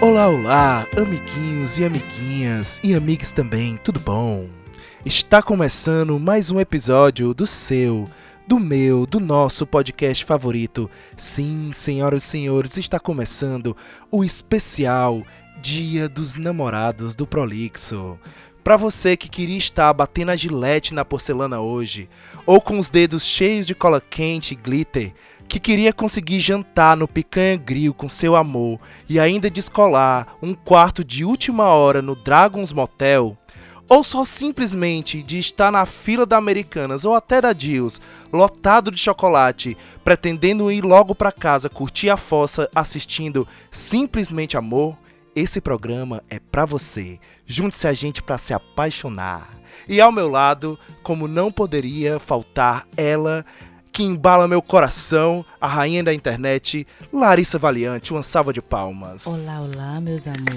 Olá, olá, amiguinhos e amiguinhas e amigues também, tudo bom? Está começando mais um episódio do seu, do meu, do nosso podcast favorito. Sim, senhoras e senhores, está começando o especial Dia dos Namorados do Prolixo. Pra você que queria estar batendo a gilete na porcelana hoje, ou com os dedos cheios de cola quente e glitter, que queria conseguir jantar no Picanha Grill com seu amor e ainda descolar um quarto de última hora no Dragons Motel, ou só simplesmente de estar na fila da Americanas ou até da Dills, lotado de chocolate, pretendendo ir logo pra casa curtir a fossa assistindo Simplesmente Amor, esse programa é pra você. Junte-se a gente pra se apaixonar. E ao meu lado, como não poderia faltar ela, que embala meu coração, a rainha da internet, Larissa Valiante. Uma salva de palmas. Olá, olá, meus amores.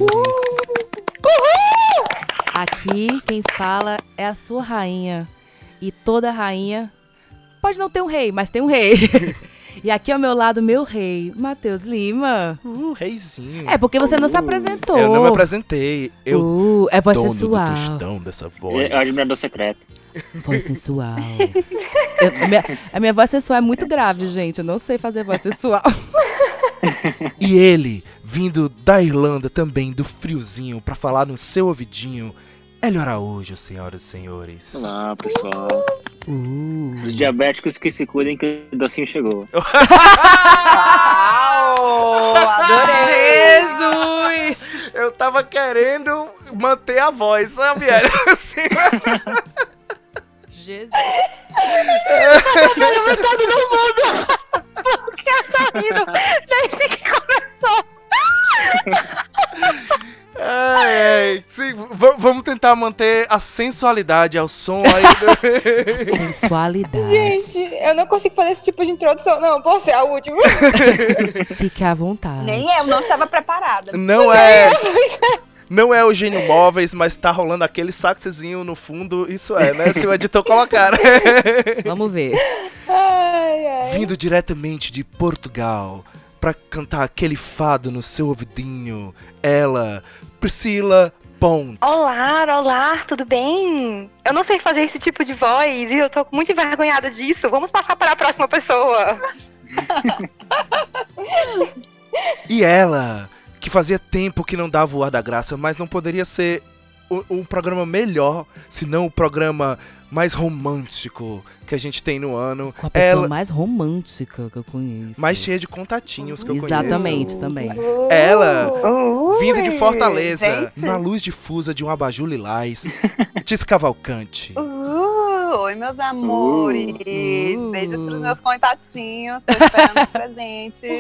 Aqui quem fala é a sua rainha. E toda rainha pode não ter um rei, mas tem um rei. E aqui ao meu lado, meu rei, Matheus Lima. Reizinho. É porque você não se apresentou. Eu não me apresentei. Eu é voz dono sensual. do tostão dessa voz. É o admirador secreto. Voz sensual. A minha voz sensual é muito grave, gente. Eu não sei fazer voz sensual. E ele, vindo da Irlanda também, do friozinho, pra falar no seu ouvidinho, Hélio Araújo, senhoras e senhores. Olá, pessoal. Os diabéticos que se cuidem que o docinho chegou. Adorei! Jesus! Eu tava querendo manter a voz, sabe, Hélio? Assim, Jesus! Metade do mundo! Porque ela tá rindo desde que começou! Sim, vamos tentar manter a sensualidade ao som aí. Sensualidade. Gente, eu não consigo fazer esse tipo de introdução. Não, posso ser a última? Fique à vontade. Nem eu, não estava preparada. Não é o Gênio Móveis, mas tá rolando aquele saxozinho no fundo. Isso é, né? Se o editor colocar. Vamos ver. Ai. Vindo diretamente de Portugal pra cantar aquele fado no seu ouvidinho, ela, Priscila Ponte. Olá, tudo bem? Eu não sei fazer esse tipo de voz e eu tô muito envergonhada disso. Vamos passar para a próxima pessoa. E ela, que fazia tempo que não dava o ar da graça, mas não poderia ser um programa melhor, senão o programa mais romântico que a gente tem no ano. Com a pessoa mais romântica que eu conheço. Mais cheia de contatinhos que eu conheço. Exatamente, também. Ela, vindo de Fortaleza, na luz difusa de um abajur lilás, Tis Cavalcante. Oi, meus amores. Beijos pros meus contatinhos. Tô esperando os presentes.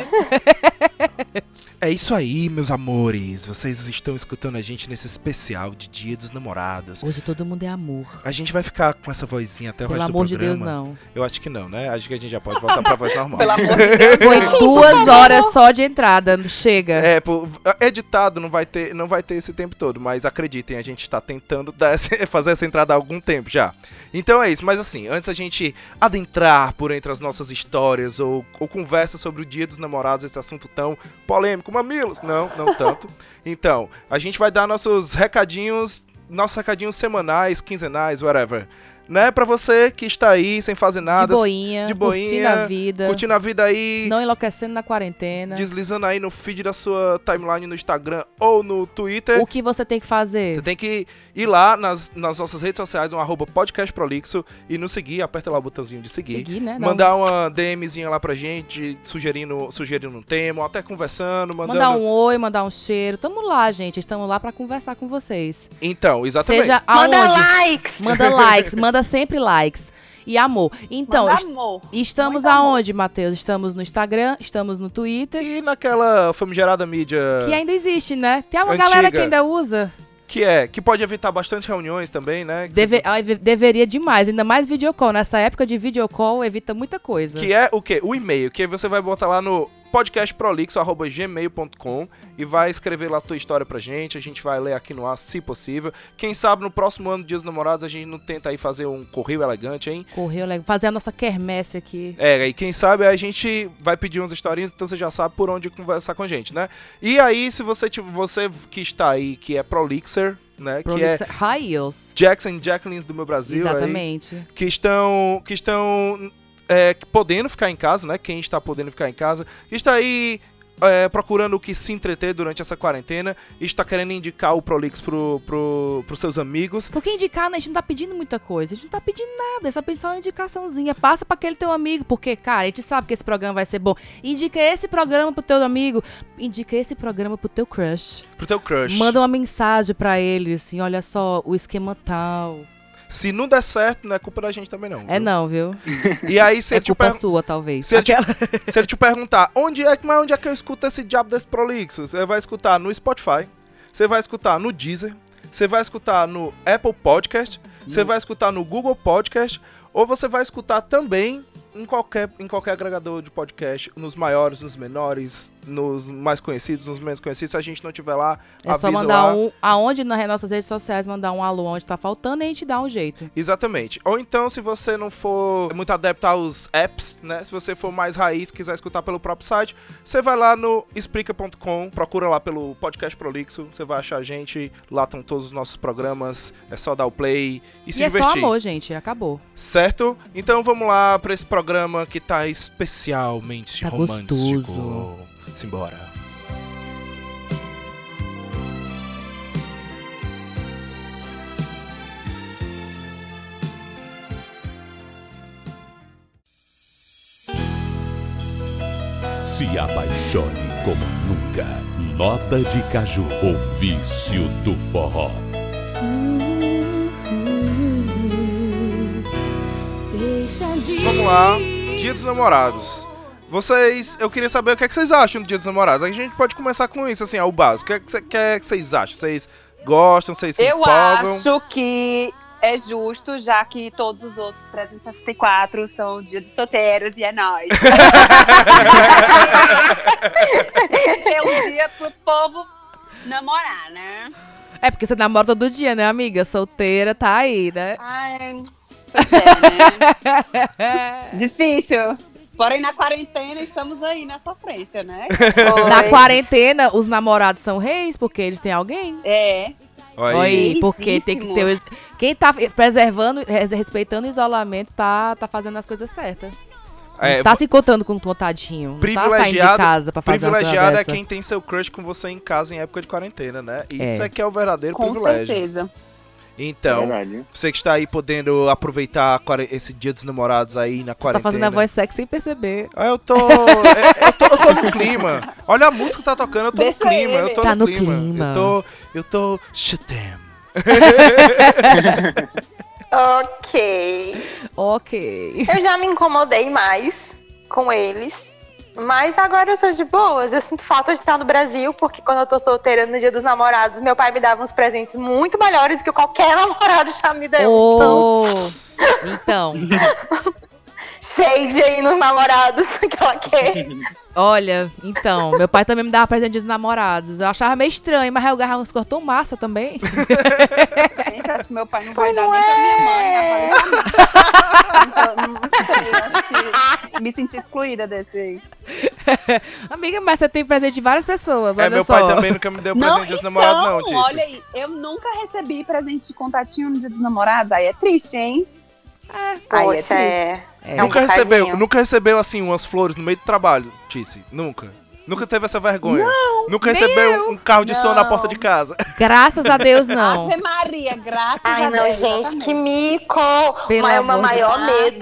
É isso aí, meus amores. Vocês estão escutando a gente nesse especial de Dia dos Namorados. Hoje todo mundo é amor. A gente vai ficar com essa vozinha até o resto do programa. programa. Pelo amor de Deus, não. Eu acho que não, né? Acho que a gente já pode voltar pra voz normal. Pelo amor de Deus. Foi 2 horas só de entrada. Chega. Editado não vai ter esse tempo todo, mas acreditem, a gente está tentando fazer essa entrada há algum tempo já. Então é isso, mas assim, antes a gente adentrar por entre as nossas histórias ou conversa sobre o Dia dos Namorados, esse assunto tão polêmico, mamilos, não tanto. Então, a gente vai dar nossos recadinhos semanais, quinzenais, whatever. Né, pra você que está aí sem fazer nada. De boinha, curtindo a vida aí. Não enlouquecendo na quarentena. Deslizando aí no feed da sua timeline no Instagram ou no Twitter. O que você tem que fazer? Você tem que ir lá nas nossas redes sociais, no @podcastprolixo, e nos seguir, aperta lá o botãozinho de seguir. Mandar uma DMzinha lá pra gente, sugerindo um tema, ou até conversando. Mandar um oi, mandar um cheiro. Tamo lá, gente. Estamos lá pra conversar com vocês. Então, exatamente. Seja aonde. Manda likes. Manda sempre likes. E amor. Então, estamos muito aonde, Matheus? Estamos no Instagram, estamos no Twitter. E naquela famigerada mídia... Que ainda existe, né? Tem uma antiga, galera que ainda usa. Que pode evitar bastante reuniões também, né? Deveria demais, ainda mais videocall. Nessa época de videocall, evita muita coisa. Que é o quê? O e-mail, que você vai botar lá no podcastprolixo@gmail.com e vai escrever lá a tua história pra gente. A gente vai ler aqui no ar, se possível. Quem sabe no próximo ano, Dia dos Namorados, a gente não tenta aí fazer um correio elegante, hein? Correu legal. Fazer a nossa quermesse aqui. E quem sabe a gente vai pedir umas historinhas, então você já sabe por onde conversar com a gente, né? E aí, se você que está aí, que é Prolixer, né? Prolixer, que é High Heels. Jackson e Jacqueline do meu Brasil. Exatamente. Aí, que estão podendo ficar em casa, né? Quem está podendo ficar em casa. Está aí procurando o que se entreter durante essa quarentena. E está querendo indicar o Prolix pros seus amigos. Porque indicar, né? A gente não tá pedindo muita coisa. A gente não tá pedindo nada. A gente tá pedindo só uma indicaçãozinha. Passa pra aquele teu amigo. Porque, cara, a gente sabe que esse programa vai ser bom. Indica esse programa pro teu amigo. Indica esse programa pro teu crush. Pro teu crush. Manda uma mensagem pra ele, assim. Olha só, o esquema tal. Se não der certo, não é culpa da gente também não. É não, viu? E aí, se é culpa sua, talvez. Se ele te perguntar, onde é que eu escuto esse diabo desse Prolixo? Você vai escutar no Spotify, você vai escutar no Deezer, você vai escutar no Apple Podcast, você vai escutar no Google Podcast, ou você vai escutar também em qualquer agregador de podcast, nos maiores, nos menores, nos mais conhecidos, nos menos conhecidos. Se a gente não tiver lá, é só mandar aonde nas nossas redes sociais, mandar um alô onde tá faltando e a gente dá um jeito. Exatamente. Ou então, se você não for muito adepto aos apps, né? Se você for mais raiz, quiser escutar pelo próprio site, você vai lá no Spreaker.com, procura lá pelo Podcast Prolixo, você vai achar a gente, lá estão todos os nossos programas, é só dar o play e se divertir. E é só amor, gente, acabou. Certo? Então vamos lá pra esse programa que tá especialmente tá romântico. Gostoso. Simbora. Se apaixone como nunca. Nota de Caju, o vício do forró. Vamos lá, Dia dos Namorados. Eu queria saber o que vocês acham do Dia dos Namorados. A gente pode começar com isso, assim, o básico. O que vocês acham? Vocês gostam? Vocês se empolgam? Eu acho que é justo, já que todos os outros 364 são Dia dos Solteiros e é nóis. É um dia pro povo namorar, né? É porque você namora todo dia, né, amiga? Solteira tá aí, né? Ai, pois é, né? Difícil. Porém, na quarentena, estamos aí na sofrência, né? Na quarentena, os namorados são reis, porque eles têm alguém. É. Oi, porque tem que ter... Quem tá preservando, respeitando o isolamento, tá fazendo as coisas certas. Tá se contando com o contadinho. Tá saindo de casa pra fazer uma privilegiado é quem tem seu crush com você em casa em época de quarentena, né? Isso é que é o verdadeiro privilégio. Com certeza. Então, você que está aí podendo aproveitar esse Dia dos Namorados aí na quarentena. Tá fazendo a voz sexy sem perceber. Eu tô no clima. Olha a música que tá tocando, eu tô no clima. Eu tô no clima. Eu tô chutem. Ok. Eu já me incomodei mais com eles. Mas agora eu sou de boas. Eu sinto falta de estar no Brasil, porque quando eu tô solteira no Dia dos Namorados, meu pai me dava uns presentes muito melhores que qualquer namorado já me deu. Então. Shade aí nos namorados que ela quer. Olha, então, meu pai também me dava presente dos namorados. Eu achava meio estranho, mas eu ganhava uns cortão massa também. Gente, acho que meu pai não vai dar nem pra minha mãe. Então, não sei, acho que me senti excluída desse aí. Amiga, mas você tem presente de várias pessoas, olha meu só. Pai também nunca me deu presente dos namorados, não, Tícia. Olha aí, eu nunca recebi presente de contatinho no Dia dos Namorados. Aí é triste, hein? Poxa, Nunca recebeu, assim, umas flores no meio do trabalho, Tícia? Nunca teve essa vergonha? Nunca recebeu um carro de som na porta de casa? Graças a Deus, não. Ave Maria, graças a Deus. Ai, não, gente, exatamente. que mico. Pelo Maior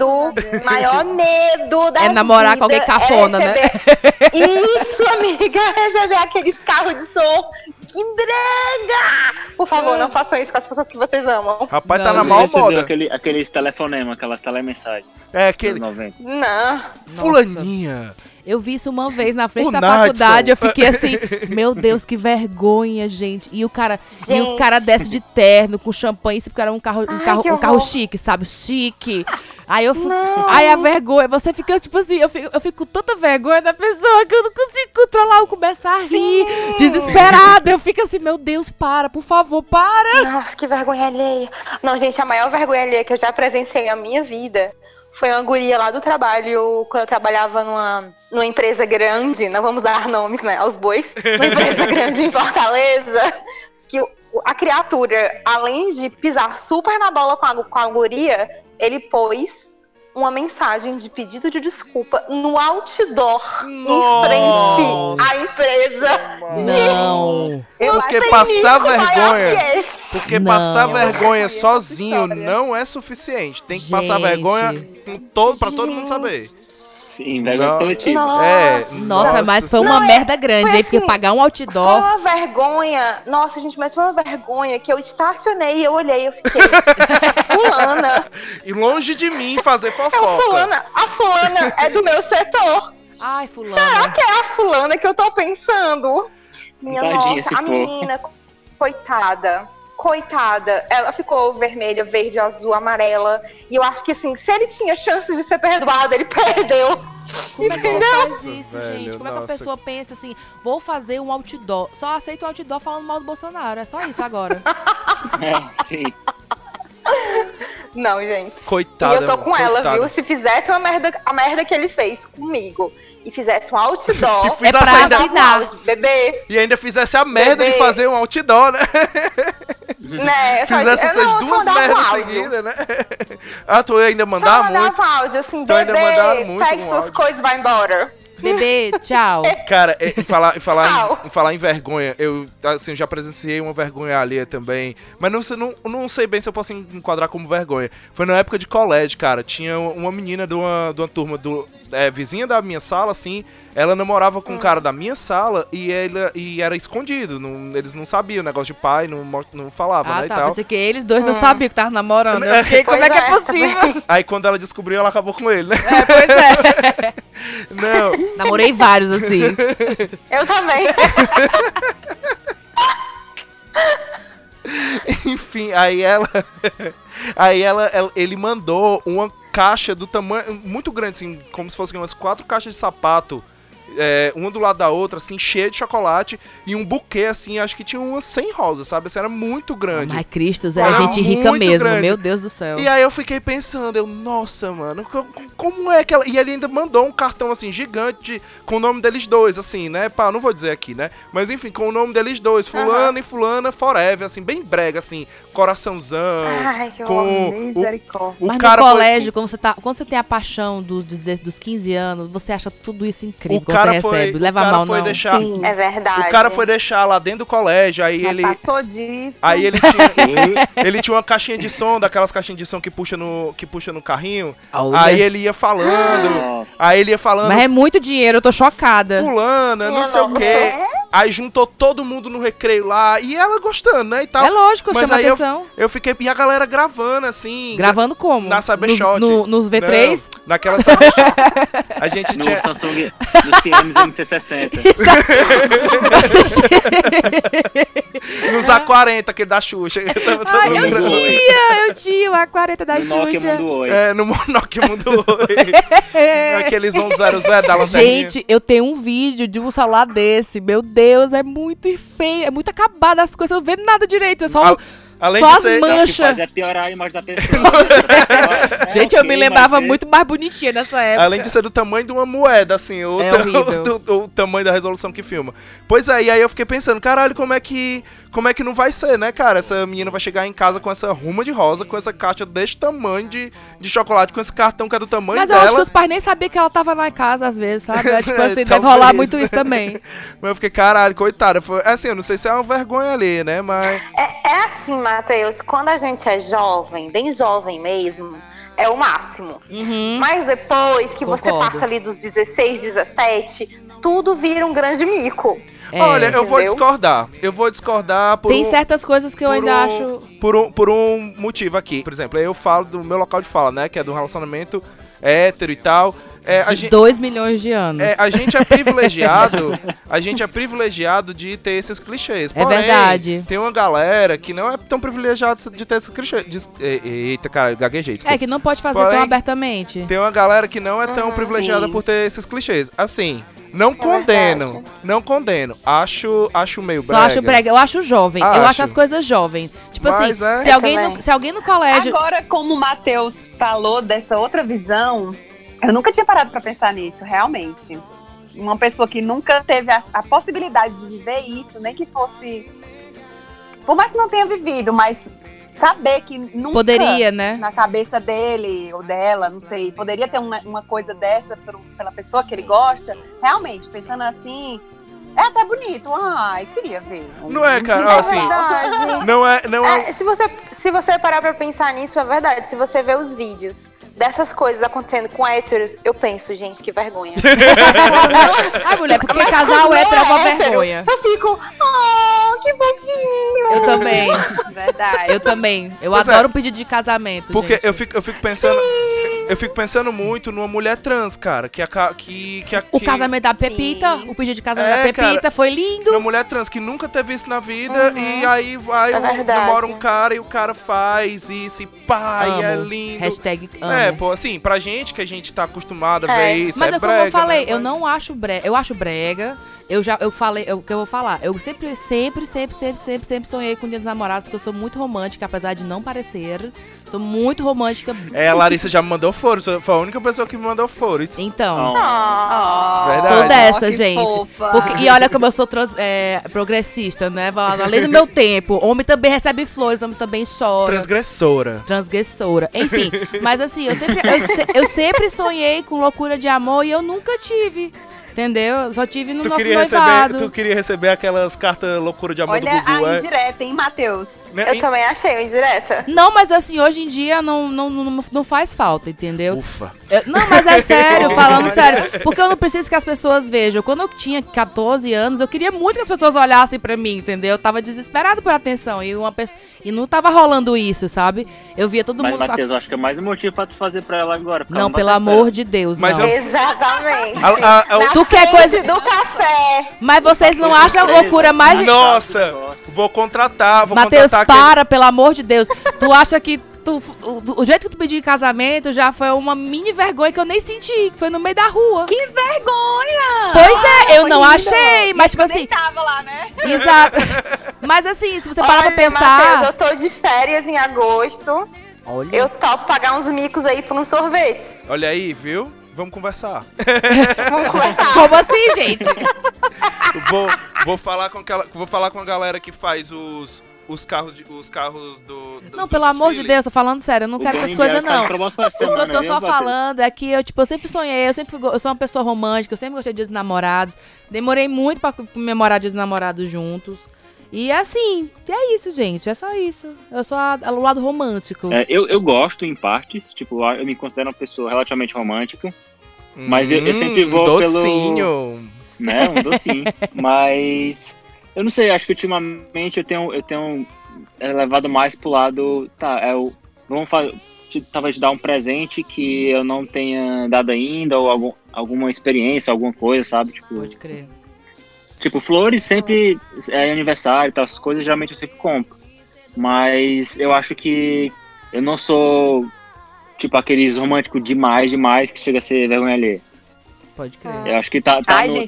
medo da vida. É namorar com alguém cafona, né? Isso, amiga, receber aqueles carros de som. Que brega! Por favor, não façam isso com as pessoas que vocês amam. Rapaz, tá na maior moda. Aqueles telefonemas, aquelas telemensagens. É, aquele... Não. Fulaninha, Eu vi isso uma vez na frente O da Nadson. faculdade, eu fiquei assim, meu Deus, que vergonha, gente. E o cara desce de terno, com champanhe, porque era um carro chique, sabe? Chique. Aí eu fico. Aí a vergonha, você fica, tipo assim, eu fico com tanta vergonha da pessoa que eu não consigo controlar, eu começo a rir, desesperada. Eu fico assim, meu Deus, para, por favor, para. Nossa, que vergonha alheia. Não, gente, a maior vergonha alheia que eu já presenciei na minha vida foi uma guria lá do trabalho, quando eu trabalhava numa empresa grande, não vamos dar nomes, né, aos bois, numa empresa grande em Fortaleza, que a criatura, além de pisar super na bola com a guria, ele pôs uma mensagem de pedido de desculpa no outdoor em frente à empresa. Não. Porque passar vergonha. Porque Não. passar vergonha conheço sozinho essa história. não é suficiente. Tem que passar vergonha pra todo mundo saber. Sim, vergonha coletiva. Nossa, mas foi uma merda grande, foi hein? Porque assim, pagar um Foi outdoor. uma vergonha. Nossa, gente, mas foi uma vergonha que eu estacionei e eu olhei, eu fiquei. Fulana. E longe de mim fazer É fofoca. a fulana é do meu setor. Ai, Será fulana. que é a fulana que eu tô pensando? Minha Tadinha, se nossa, a for. menina, coitada, ela ficou vermelha, verde, azul, amarela. E eu acho que assim, se ele tinha chances de ser perdoado, ele perdeu. Como é que você faz isso, velho, gente? Como é que a nossa. pessoa pensa assim, vou fazer um outdoor. Só aceito um outdoor falando mal do Bolsonaro. É só isso agora. É, sim. Não, gente. Coitada, E eu tô com ela, coitada. viu? Se fizesse a merda que ele fez comigo e fizesse um outdoor, E fizesse É pra ainda- assinar. bebê, E ainda fizesse a merda Bebê. de fazer um outdoor, né? né? Fizesse essas duas merdas seguidas, né? Ah, tu ia ainda mandar muito? Mandava áudio, assim, Então ainda mandaram bebê, muito pegue um suas áudio. coisas e vai embora. Bebê, tchau. Cara, em Tchau. falar em vergonha, eu assim, já presenciei uma vergonha alheia também, mas não sei bem se eu posso enquadrar como vergonha. Foi na época de colégio, cara, tinha uma menina de uma turma vizinha da minha sala, assim, ela namorava com um cara da minha sala e era escondido, eles não sabiam, negócio de pai, não falava, Ah, né, e tá. tal. Pensei que eles dois não sabiam que estavam namorando. Eu fiquei, como Pois é que é é, possível? Aí quando ela descobriu, ela acabou com ele, né? Pois é. Não, Namorei vários, assim. Eu também. enfim, ele mandou uma caixa do tamanho muito grande, assim, como se fossem umas 4 caixas de sapato, uma do lado da outra, assim, cheia de chocolate, e um buquê, assim, acho que tinha umas 100 rosas, sabe? Assim, era muito grande. Ai, Cristo, é Era gente rica muito mesmo, grande. meu Deus do céu. E aí eu fiquei pensando, nossa, mano, como é que ela... E ele ainda mandou um cartão, assim, gigante, com o nome deles dois, assim, né? Pá, não vou dizer aqui, né? Mas enfim, com o nome deles dois, fulano e fulana forever, assim, bem brega, assim, coraçãozão. Ai, que com Misericórdia. o Mas cara no foi- colégio, quando você tem a paixão dos 15 anos, você acha tudo isso incrível O quando cara você foi, recebe. o Leva cara mal, foi não. deixar... Sim. É verdade. O cara foi deixar lá dentro do colégio, aí Já ele... passou disso. Aí ele tinha uma caixinha de som, daquelas caixinhas de som que puxa no carrinho. Olha. Aí ele ia falando. Nossa. Aí ele ia falando, Mas é muito dinheiro, eu tô chocada. fulana, não sei o quê. Aí juntou todo mundo no recreio lá. E ela gostando, né, e tal. É lógico, Mas chama aí atenção. eu fiquei... E a galera gravando, assim... Gravando como? Na Cybershot. Nos V3? Não, naquela Cybershot. A gente No tinha... Samsung, no Siemens MC60. Nos A40, aquele da Xuxa. Eu tava todo Ai, mundo eu gravando. tinha o A40 da No Nokia Xuxa. Mundo 8. No Nokia Mundo Oi. Aqueles 100 da lanterninha. Gente, eu tenho um vídeo de um celular desse. Meu Deus, é muito feio, é muito acabado as coisas. Eu não vejo nada direito, é só... Além Só de as ser... man- O que Mancha. faz é piorar a imagem da pessoa. Gente, eu me lembrava muito mais bonitinha nessa época. Além de ser do tamanho de uma moeda, assim, É horrível. o tamanho da resolução que filma. Pois é, e aí eu fiquei pensando, caralho, como é que não vai ser, né, cara? Essa menina vai chegar em casa com essa ruma de rosa, com essa caixa desse tamanho de chocolate, com esse cartão que é do tamanho Mas eu dela. acho que os pais nem sabiam que ela tava lá em casa, às vezes, sabe? É, tipo assim, deve Talvez. rolar muito isso também. Mas eu fiquei, caralho, coitada. Foi, assim, eu não sei se é uma vergonha ali, né, mas... É assim, Matheus, quando a gente é jovem, bem jovem mesmo, é o máximo. Uhum. Mas depois que você Concordo. passa ali dos 16, 17, tudo vira um grande mico. É. Olha, eu vou Entendeu? discordar. Eu vou discordar por Tem um... certas coisas que eu por ainda um- acho... Por um motivo aqui. Por exemplo, eu falo do meu local de fala, né? Que é do relacionamento hétero e tal. De 2 milhões de anos. A gente é privilegiado de ter esses clichês. É verdade. Tem uma galera que não é tão privilegiada de ter esses clichês. Eita, cara, gaguejei. Desculpa. Que não pode fazer tão abertamente. Tem uma galera que não é tão privilegiada por ter esses clichês. Assim, não condeno. Acho meio brega. Só acho brega. Eu acho jovem. Eu acho as coisas jovens. Tipo mas, assim, né? se alguém no colégio... Agora, como o Matheus falou dessa outra visão, eu nunca tinha parado pra pensar nisso, realmente. Uma pessoa que nunca teve a possibilidade de viver isso, nem que fosse... Por mais que não tenha vivido, mas saber que nunca... Poderia, né? Na cabeça dele ou dela, não sei, poderia ter uma coisa dessa pela pessoa que ele gosta. Realmente, pensando assim... É até bonito. Ai, queria ver. Não é, cara? Assim, não é... Se você parar pra pensar nisso, é verdade. Se você ver os vídeos dessas coisas acontecendo com héteros, eu penso, gente, que vergonha. Ai, mulher, porque casal hétero é uma vergonha. Eu fico, que fofinho. Eu também. Verdade. Eu também. Eu adoro um pedido de casamento, porque gente. eu fico pensando... Eu fico pensando muito numa mulher trans, cara, O casamento da Pepita, o pedido de casamento da Pepita, cara, foi lindo. Uma mulher trans que nunca teve isso na vida, e aí vai, namora um cara e o cara faz isso, e e é lindo. Hashtag amo. Pô, assim, pra gente que a gente tá acostumado a ver isso, mas brega, como eu falei, né? eu não acho brega, eu acho brega. Eu falei, o que eu vou falar, eu sempre sonhei com o Dia dos Namorados, porque eu sou muito romântica, apesar de não parecer. Sou muito romântica. A Larissa já me mandou flores, foi a única pessoa que me mandou flores. Então. Verdade. Sou dessa, gente. E olha como eu sou progressista, né? Além do meu tempo. Homem também recebe flores, homem também chora. Transgressora. Enfim, mas assim, eu sempre sonhei com loucura de amor e eu nunca tive. Entendeu? Só tive no nosso noivado. Tu queria receber aquelas cartas loucura de amor do Gugu, Olha a indireta, hein, Matheus? Eu também achei a indireta. Não, mas assim, hoje em dia não faz falta, entendeu? Ufa. Não, mas é sério, falando sério. Porque eu não preciso que as pessoas vejam. Quando eu tinha 14 anos, eu queria muito que as pessoas olhassem pra mim, entendeu? Eu tava desesperado por atenção. E não tava rolando isso, sabe? Eu via todo mundo... Mas, Matheus, eu acho que é mais um motivo pra tu fazer pra ela agora. Não, pelo amor de Deus, não. Exatamente. Tu quer coisa... do café. Mas vocês não acham loucura mais... Nossa, vou contratar. Matheus, para, pelo amor de Deus. Tu acha que o jeito que tu pediu em casamento já foi uma mini vergonha que eu nem senti, que foi no meio da rua. Que vergonha! Pois é, eu não achei, mas tipo assim... nem tava lá, né? Exato. Mas assim, se você parar pra pensar... Matheus, eu tô de férias em agosto. Olha. Eu topo pagar uns micos aí por uns sorvetes. Olha aí, viu? Vamos conversar. Como assim, gente? Vou falar com a galera que faz os carros do não, pelo amor de Deus, tô falando sério, eu não quero essas coisas, não. O que eu tô só falando é que eu sempre sonhei, eu sou uma pessoa romântica, eu sempre gostei de Dias dos Namorados, demorei muito pra comemorar Dias dos Namorados juntos. E assim, é isso, gente, é só isso. Eu sou o lado romântico. Eu gosto em partes, tipo, eu me considero uma pessoa relativamente romântica, mas eu sempre vou docinho. Né, um docinho. Mas eu não sei, acho que ultimamente eu tenho levado mais pro lado, vamos fazer, talvez dar um presente que eu não tenha dado ainda, ou alguma experiência, alguma coisa, sabe? Tipo, pode crer. Tipo, flores sempre é aniversário e tal, essas coisas geralmente eu sempre compro. Mas eu acho que eu não sou, tipo, aqueles românticos demais, que chega a ser vergonha alheia. Pode crer. Eu acho que tá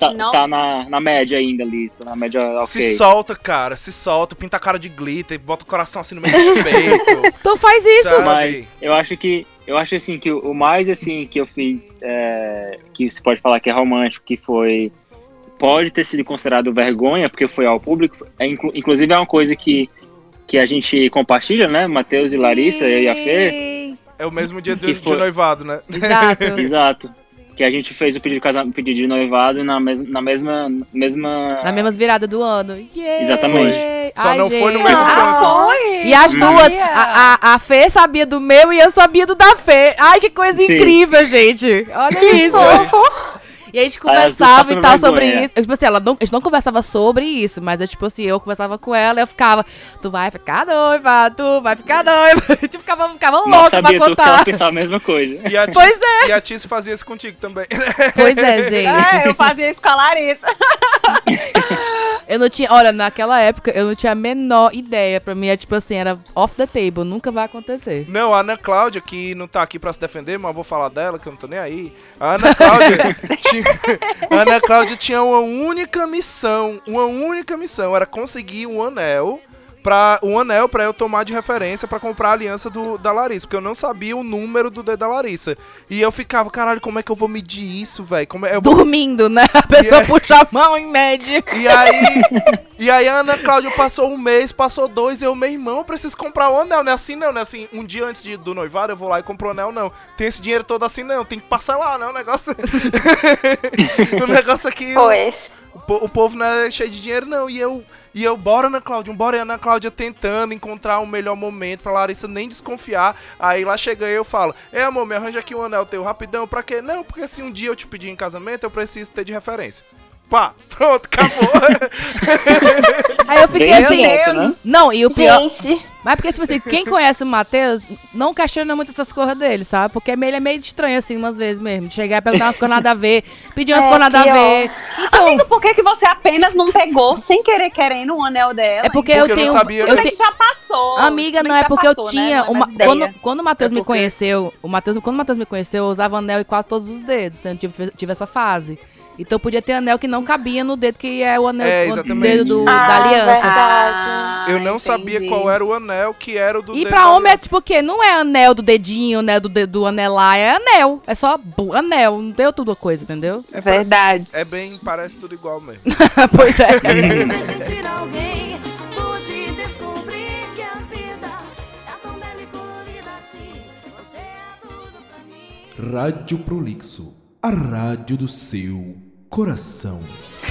na média ainda ali, tá na média ok. Se solta, cara, pinta a cara de glitter, bota o coração assim no meio do peito. Tu faz isso. Sabe? Mas eu acho assim que o mais assim que eu fiz, que se pode falar que é romântico, que pode ter sido considerado vergonha, porque foi ao público, inclusive é uma coisa que a gente compartilha, né, Matheus e Larissa, eu e a Fê. É o mesmo dia de noivado, né? Exato. Exato. Que a gente fez o pedido de noivado na mesma virada do ano. Yeah. Exatamente. Só não foi no mesmo canto. E as duas, a Fê sabia do meu e eu sabia do da Fê. Ai, que coisa incrível, gente. Olha isso. E a gente conversava e tal sobre isso. Tipo assim, a gente não conversava sobre isso, mas tipo assim, eu conversava com ela e eu ficava, tu vai ficar noiva. Tipo, ficava Não louca pra sabia tu que ela contar. pensava a mesma coisa. E a Pois é. E a Tice fazia isso contigo também. Pois é, gente. Eu fazia isso com a Larissa. Eu não tinha, olha, naquela época eu não tinha a menor ideia. Pra mim era tipo assim, era off the table, nunca vai acontecer. Não, a Ana Cláudia, que não tá aqui pra se defender, mas eu vou falar dela, que eu não tô nem aí. A Ana Cláudia, a Ana Cláudia tinha uma única missão, era conseguir um anel pra eu tomar de referência pra comprar a aliança da Larissa, porque eu não sabia o número do dedo da Larissa. E eu ficava, caralho, como é que eu vou medir isso, velho? Dormindo, né? A pessoa puxa a mão em média. E aí a Ana Cláudia passou 1 mês, passou 2, meu irmão, eu preciso comprar o anel, não é assim não, né? Assim, um dia antes do noivado eu vou lá e compro o anel, não. Tem esse dinheiro todo assim, não, tem que parcelar, né? O negócio... o negócio aqui... Pois. O povo não é cheio de dinheiro, não. E eu, bora, Ana Cláudia, bora. E a Ana Cláudia tentando encontrar um melhor momento pra Larissa nem desconfiar. Aí lá chega eu e falo, amor, me arranja aqui um anel teu rapidão. Pra quê? Não, porque se um dia eu te pedir em casamento, eu preciso ter de referência. Pá, pronto, acabou. Aí eu fiquei Bem assim... honesto, né? Não, e o pior... Gente, Mas porque, tipo assim, quem conhece o Matheus não questiona muito essas coisas dele, sabe? Porque ele é meio estranho, assim, umas vezes mesmo. De chegar e perguntar umas coisas nada a ver, pedir umas coisas nada a pior. ver. Então, Amigo, por que você apenas não pegou, sem querer, querendo, um anel dela? é porque Porque eu eu tenho... não sabia. Tudo bem que já passou. Amiga, Tudo não bem é que porque já eu passou, tinha... né? Não é mais ideia. Quando o Matheus É me porque- conheceu, quando o Matheus me conheceu, eu usava anel em quase todos os dedos. Então eu tive essa fase. Então podia ter anel que não cabia no dedo, que é o anel, o exatamente. dedo da aliança. verdade. Eu não sabia entendi. qual era o anel que era o do E dedo pra da homem é aliança. tipo o quê? Não é anel do dedinho, né? Do anelar, é anel. É só anel, não deu tudo a coisa, entendeu? Verdade. É bem, parece tudo igual mesmo. Pois é. Vai sentir alguém, pude descobrir que a vida é tão bela e colorida assim. Você é tudo pra mim. Rádio Prolixo, a rádio do seu coração.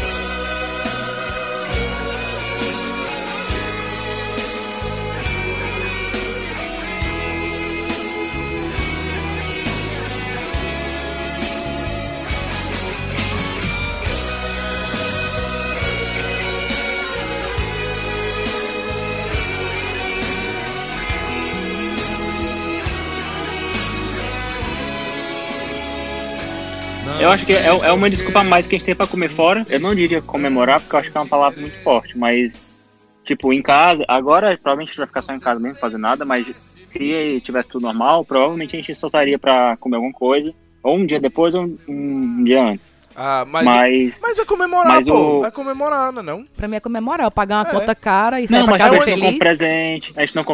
Eu acho que é uma desculpa a mais que a gente tem pra comer fora. Eu não diria comemorar, porque eu acho que é uma palavra muito forte, mas, tipo, em casa, agora provavelmente a gente vai ficar só em casa mesmo, fazer nada, mas se tivesse tudo normal, provavelmente a gente só sairia pra comer alguma coisa, ou um dia depois ou um dia antes. Ah, mas é comemorar, mas pô. o- É comemorar, não? Pra mim é comemorar, eu pagar uma É. conta cara e sair Não, pra mas casa a gente não feliz. compra presente,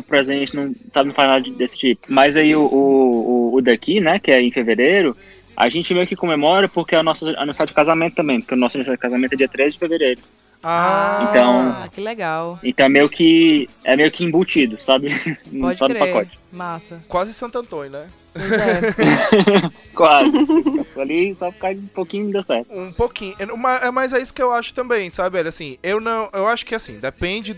não faz nada desse tipo. Mas aí o daqui, né, que é em fevereiro, a gente meio que comemora porque é o nosso aniversário de casamento também, porque o nosso aniversário de casamento é dia 13 de fevereiro. Então- que legal. Então é meio que embutido, sabe? Pode Só no crer. pacote. Massa. Quase Santo Antônio, né? Pois é. Quase. Ali só ficar um pouquinho deu certo. Um pouquinho. Mas é isso que eu acho também, sabe? Assim, eu acho que assim, depende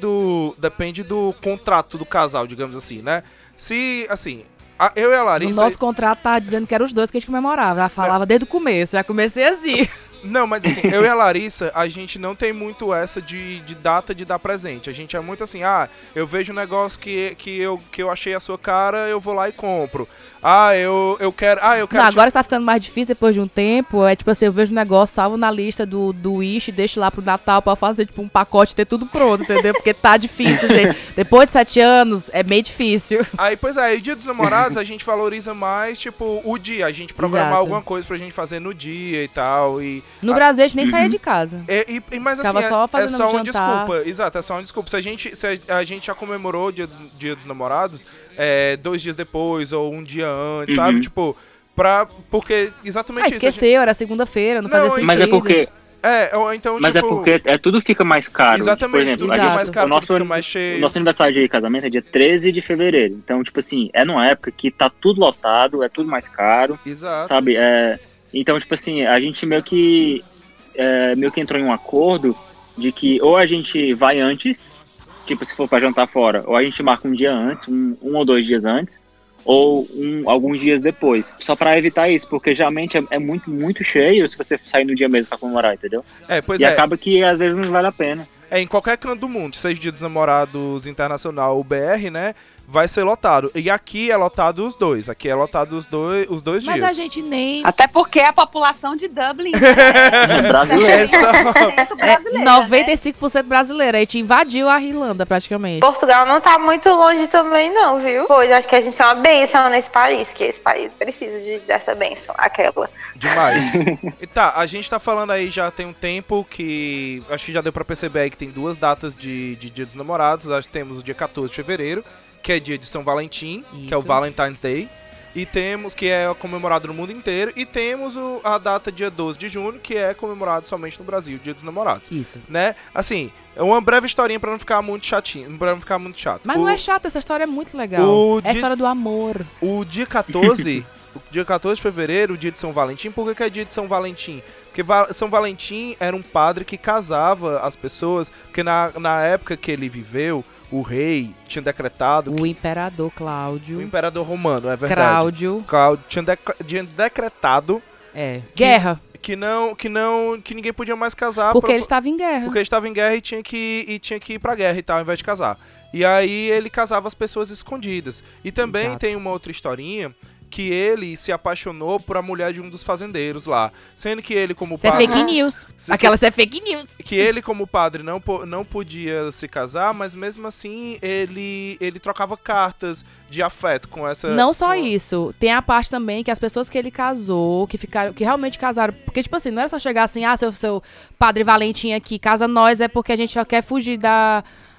do contrato do casal, digamos assim, né? Se, assim, eu e a No Larissa... nosso contrato tá dizendo que eram os dois que a gente comemorava. Já falava desde o começo, já comecei assim. Não, mas assim, eu e a Larissa, a gente não tem muito essa de data de dar presente. A gente é muito assim, eu vejo um negócio que eu achei a sua cara, eu vou lá e compro. Eu quero... Não, agora que tá ficando mais difícil depois de um tempo, é tipo assim, eu vejo um negócio, salvo na lista do Wish, deixo lá pro Natal pra fazer tipo um pacote e ter tudo pronto, entendeu? Porque tá difícil, gente. Depois de 7 anos, é meio difícil. Aí, pois é, o Dia dos Namorados a gente valoriza mais, tipo, o dia. A gente programar Exato. alguma coisa pra gente fazer no dia e tal. No Brasil, a gente nem saía de casa. Mas assim, Ficava só fazendo é só uma jantar. desculpa. Exato, é só uma desculpa. Se a gente já comemorou o Dia dos Namorados 2 dias depois ou um dia antes, sabe? Tipo, porque exatamente isso. Esqueceu, era segunda-feira, não Não, fazia sentido. Mas é porque Ou então, Mas tipo... é porque tudo fica mais caro. Exatamente, Tipo, tudo por exemplo, fica mais caro, o nosso, tudo fica mais cheio. o nosso aniversário de casamento é dia 13 de fevereiro. Então, tipo assim, é numa época que tá tudo lotado, é tudo mais caro, Exato. sabe? Então, tipo assim, a gente meio que entrou em um acordo de que ou a gente vai antes, tipo, se for pra jantar fora, ou a gente marca um dia antes, um ou 2 dias antes, ou alguns dias depois. Só pra evitar isso, porque geralmente é muito, muito cheio se você sair no dia mesmo pra comemorar, entendeu? Pois E é. acaba que às vezes não vale a pena. Em qualquer canto do mundo, seja Dia dos Namorados Internacional ou BR, né? vai ser lotado. E aqui é lotado os dois. Aqui é lotado os dois Mas dias. a gente nem... Até porque a população de Dublin É brasileiro. É só- é brasileira, 95% brasileira. A gente invadiu a Irlanda, praticamente. Portugal não tá muito longe também, não, viu? Pois, acho que a gente é uma bênção nesse país, que esse país precisa dessa bênção, aquela. Demais. E tá, a gente tá falando aí já tem um tempo que... Acho que já deu pra perceber aí que tem 2 datas de Dia dos Namorados. Acho que temos o dia 14 de fevereiro, que é dia de São Valentim, que é o Isso. Valentine's Day. E temos, que é comemorado no mundo inteiro. E temos a data dia 12 de junho, que é comemorado somente no Brasil, Dia dos Namorados. Isso. Né? Assim, é uma breve historinha pra não ficar muito chatinho, pra não ficar muito chato. Mas não é chato, essa história é muito legal. o É a di- história do amor. O dia 14, o dia 14 de fevereiro, o dia de São Valentim, por que é dia de São Valentim? Porque São Valentim era um padre que casava as pessoas, porque na época que ele viveu, o rei tinha decretado, O imperador Cláudio. o imperador romano, é verdade, Cláudio. Cláudio tinha decretado Guerra. que ninguém podia mais casar Porque ele estava em guerra. porque ele estava em guerra e tinha que ir pra guerra e tal, ao invés de casar. E aí ele casava as pessoas escondidas. E também Exato. tem uma outra historinha que ele se apaixonou por a mulher de um dos fazendeiros lá. Sendo que ele, como Isso é padre... fake news. Aquela é fake news. Que ele, como padre, não podia se casar, mas mesmo assim ele trocava cartas de afeto com essa... Não só com- isso, tem a parte também que as pessoas que ele casou, que realmente casaram, porque tipo assim, não era só chegar assim, seu padre Valentim aqui, casa nós, é porque a gente só quer fugir da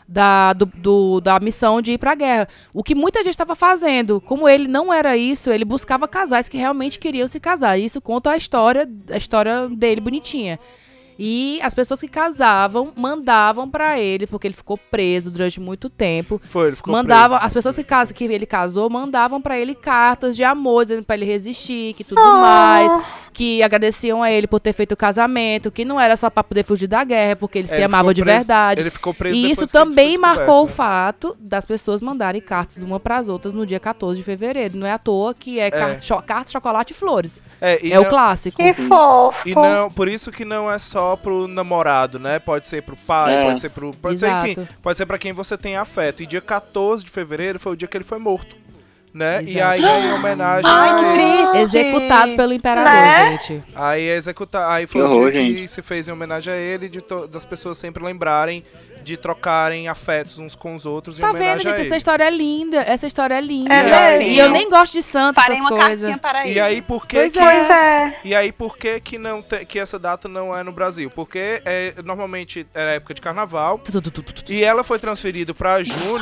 missão de ir pra guerra. O que muita gente estava fazendo, como ele não era isso, ele buscava casais que realmente queriam se casar. Isso conta a história dele bonitinha. E as pessoas que casavam mandavam pra ele, porque ele ficou preso durante muito tempo. Ele ficou Mandava, preso. as pessoas que ele casou mandavam pra ele cartas de amor, dizendo pra ele resistir, que tudo mais, que agradeciam a ele por ter feito o casamento, que não era só pra poder fugir da guerra, porque ele se Ele amava ficou de preso- verdade. Ele ficou preso E depois isso que foi também marcou o descoberto. fato das pessoas mandarem cartas uma pras outras no dia 14 de fevereiro. Não é à toa que é carta, chocolate e flores. E É o não- clássico. Que fofo. E não, por isso que não é só pro namorado, né? Pode ser pro pai, pode ser pro... Pode ser, enfim, Exato. pode ser pra quem você tem afeto. E dia 14 de fevereiro foi o dia que ele foi morto, né? E Exato. aí em homenagem Ai, a que ele, triste. Executado pelo imperador, Né? gente. aí foi Que o dia horror, que gente. se fez em homenagem a ele, das pessoas sempre lembrarem de trocarem afetos uns com os outros em Tá vendo, homenagem gente? a Essa ele. história é linda. Essa história é linda. É E eu nem gosto de santo, Farei essas uma coisas. cartinha para ele. E aí por que Pois que... Pois é. E aí, por que que, não que essa data não é no Brasil? Porque normalmente era época de carnaval e ela foi transferida pra junho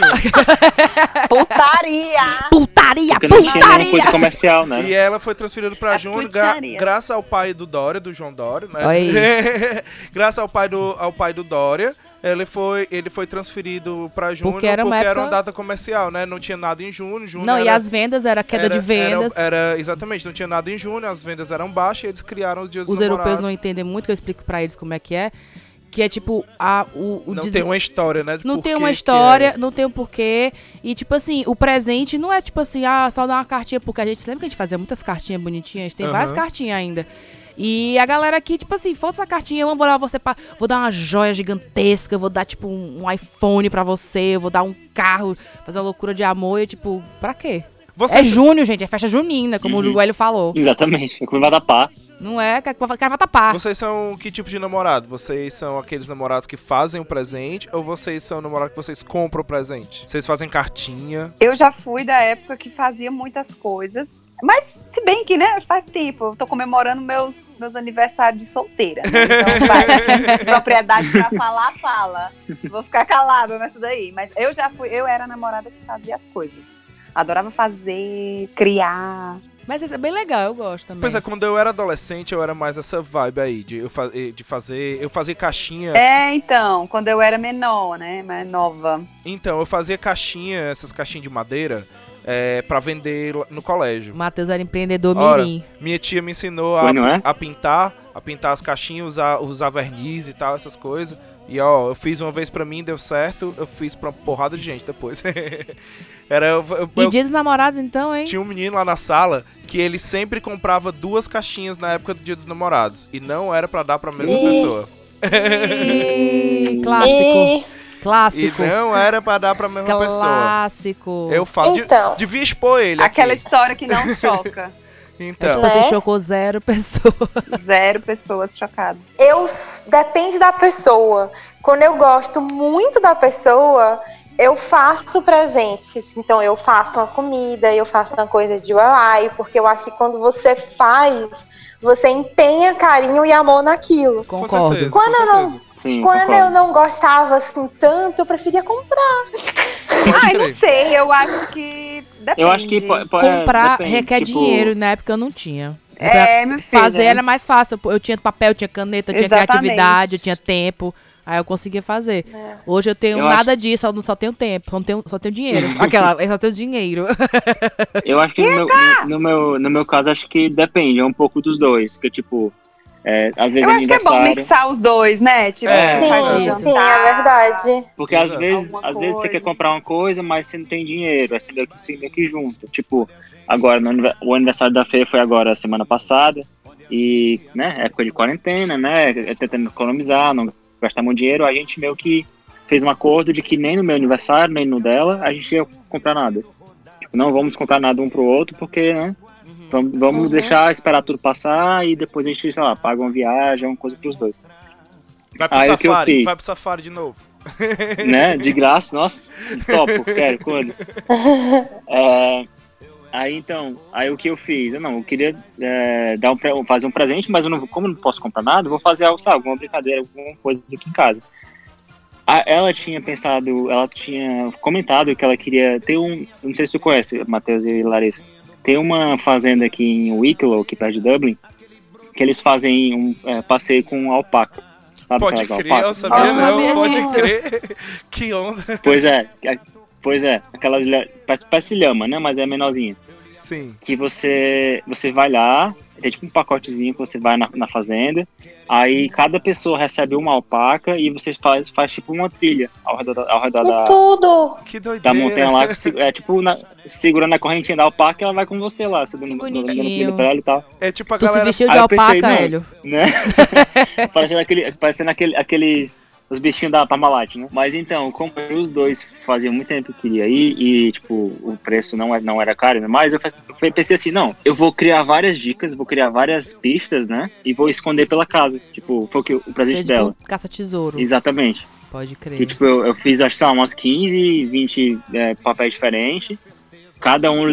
Putaria! Putaria, Porque não tinha nenhuma coisa putaria! comercial, né? e ela foi transferida pra É junho putaria. graças ao pai do Dória, do João Dória, né? Aí. Graças ao pai do Dória, ele foi transferido pra junho Porque era uma uma época- data comercial, né? Não tinha nada em junho, Não, e era- as vendas, era queda de vendas. exatamente, não tinha nada em junho, as vendas eram baixas e eles criaram os dias Os dos europeus namorados. não entendem muito, que eu explico pra eles como é. Que é tipo, Não tem uma história, né? de Não por tem que uma que história, não tem um porquê. E, tipo assim, o presente não é tipo assim, só dar uma cartinha, porque a gente lembra que a gente fazia muitas cartinhas bonitinhas, tem várias Aham. cartinhas ainda. E a galera aqui, tipo assim, foda essa cartinha, eu vou levar você vou dar uma joia gigantesca, eu vou dar, tipo, um iPhone pra você, eu vou dar um carro, fazer uma loucura de amor, e, tipo, pra quê? Você É junho, gente, é festa junina, como o Hélio falou. Exatamente. É como vai dar pá. Não é, cara vai tapar. Vocês são que tipo de namorado? Vocês são aqueles namorados que fazem o presente ou vocês são namorados que vocês compram o presente? Vocês fazem cartinha? Eu já fui da época que fazia muitas coisas. Mas, se bem que, né, faz tempo. Eu tô comemorando meus aniversários de solteira. Né? Então, vai, propriedade pra falar, fala. Vou ficar calada nessa daí. Mas eu era a namorada que fazia as coisas. Adorava fazer, criar. Mas isso é bem legal, eu gosto também. Pois é, quando eu era adolescente eu era mais essa vibe aí, de fazer... Eu fazia caixinha... Então, quando eu era menor, né, mais nova. Então, eu fazia caixinha, essas caixinhas de madeira, pra vender no colégio. O Matheus era empreendedor Ora, mirim. minha tia me ensinou Foi, não é? a pintar as caixinhas, usar verniz e tal, essas coisas. E ó, eu fiz uma vez pra mim, deu certo, eu fiz pra uma porrada de gente depois. E dia dos namorados, então, hein? Tinha um menino lá na sala que ele sempre comprava 2 caixinhas na época do Dia dos Namorados. E não era pra dar pra mesma pessoa. Clássico. Clássico. E não era pra dar pra mesma pessoa. Clássico. Eu falo, Então. devia expor ele Aquela aqui. história que não choca. Então, Você Né? chocou 0 pessoas. 0 pessoas chocadas. Depende da pessoa. Quando eu gosto muito da pessoa, eu faço presentes. Então eu faço uma comida, eu faço uma coisa de uai, porque eu acho que quando você faz, você empenha carinho e amor naquilo. com Concordo. certeza, Quando com eu não- certeza. Sim, Quando concordo. eu não gostava assim tanto, eu preferia comprar. Pode Ai, não crer. sei, eu acho que depende. Eu acho que Comprar depende, requer tipo, dinheiro, na época eu não tinha. Meu filho. Fazer era mais fácil. Eu tinha papel, eu tinha caneta, eu tinha Exatamente. criatividade, eu tinha tempo. Aí eu conseguia fazer. Hoje eu tenho Eu nada disso, eu só tenho tempo, só tenho dinheiro. Eu só tenho dinheiro. Eu acho que no meu caso, acho que depende, é um pouco dos dois. Porque, tipo, às vezes Eu acho que é bom aniversário. mixar os dois, né? Tipo, É, você faz um Sim, isso. sim, é jantar. verdade. Porque às Exato. vezes, Alguma você coisa. quer comprar uma coisa, mas você não tem dinheiro. Aí você meio que junta. Tipo, agora, o aniversário da Fê foi agora, semana passada. E, né, época de quarentena, né? Tentando economizar, não gastar muito dinheiro. A gente meio que fez um acordo de que nem no meu aniversário, nem no dela, a gente ia comprar nada. Tipo, não vamos comprar nada um pro outro, porque, né? Vamos deixar esperar tudo passar e depois a gente, sei lá, paga uma viagem, uma coisa pros dois. Vai pro Aí o que eu safari, fiz? vai pro safari de novo. Né? De graça, nossa, topo, quero, quando? Aí o que eu fiz? Eu queria fazer um presente, mas como eu não posso comprar nada, eu vou fazer algo, sabe, alguma brincadeira, alguma coisa aqui em casa. Ela tinha comentado que ela queria ter não sei se tu conhece, Matheus e Larissa, tem uma fazenda aqui em Wicklow, aqui perto de Dublin, que eles fazem um passeio com alpaca. Sabe Pode aquelas crer, eu alpacas? sabia Eu não sabia não, pode disso. crer. Que onda. Pois é, aquelas parece lhama, né, mas é menorzinha. Sim. Que você vai lá, é tipo um pacotezinho que você vai na fazenda, aí cada pessoa recebe uma alpaca e você faz tipo uma trilha ao redor E tudo. Que doideira. da montanha lá, tipo segurando a correntinha da alpaca e ela vai com você lá, você dando bonitinho. trilha pra ela e tal, É tipo a Tu se galera... vestiu Aí de eu pensei, alpaca, não. Hélio. né? Parecendo aqueles os bichinhos da Parmalat, né? Mas então, como os dois faziam muito tempo que eu queria ir e, tipo, o preço não era caro, mas eu pensei assim, não, eu vou criar várias dicas, vou criar várias pistas, né? E vou esconder pela casa. Tipo, foi o presente Fez dela. um caça-tesouro. Exatamente. Pode crer. E, tipo, eu fiz, acho que, sei lá, umas 15, 20 papéis diferentes, cada um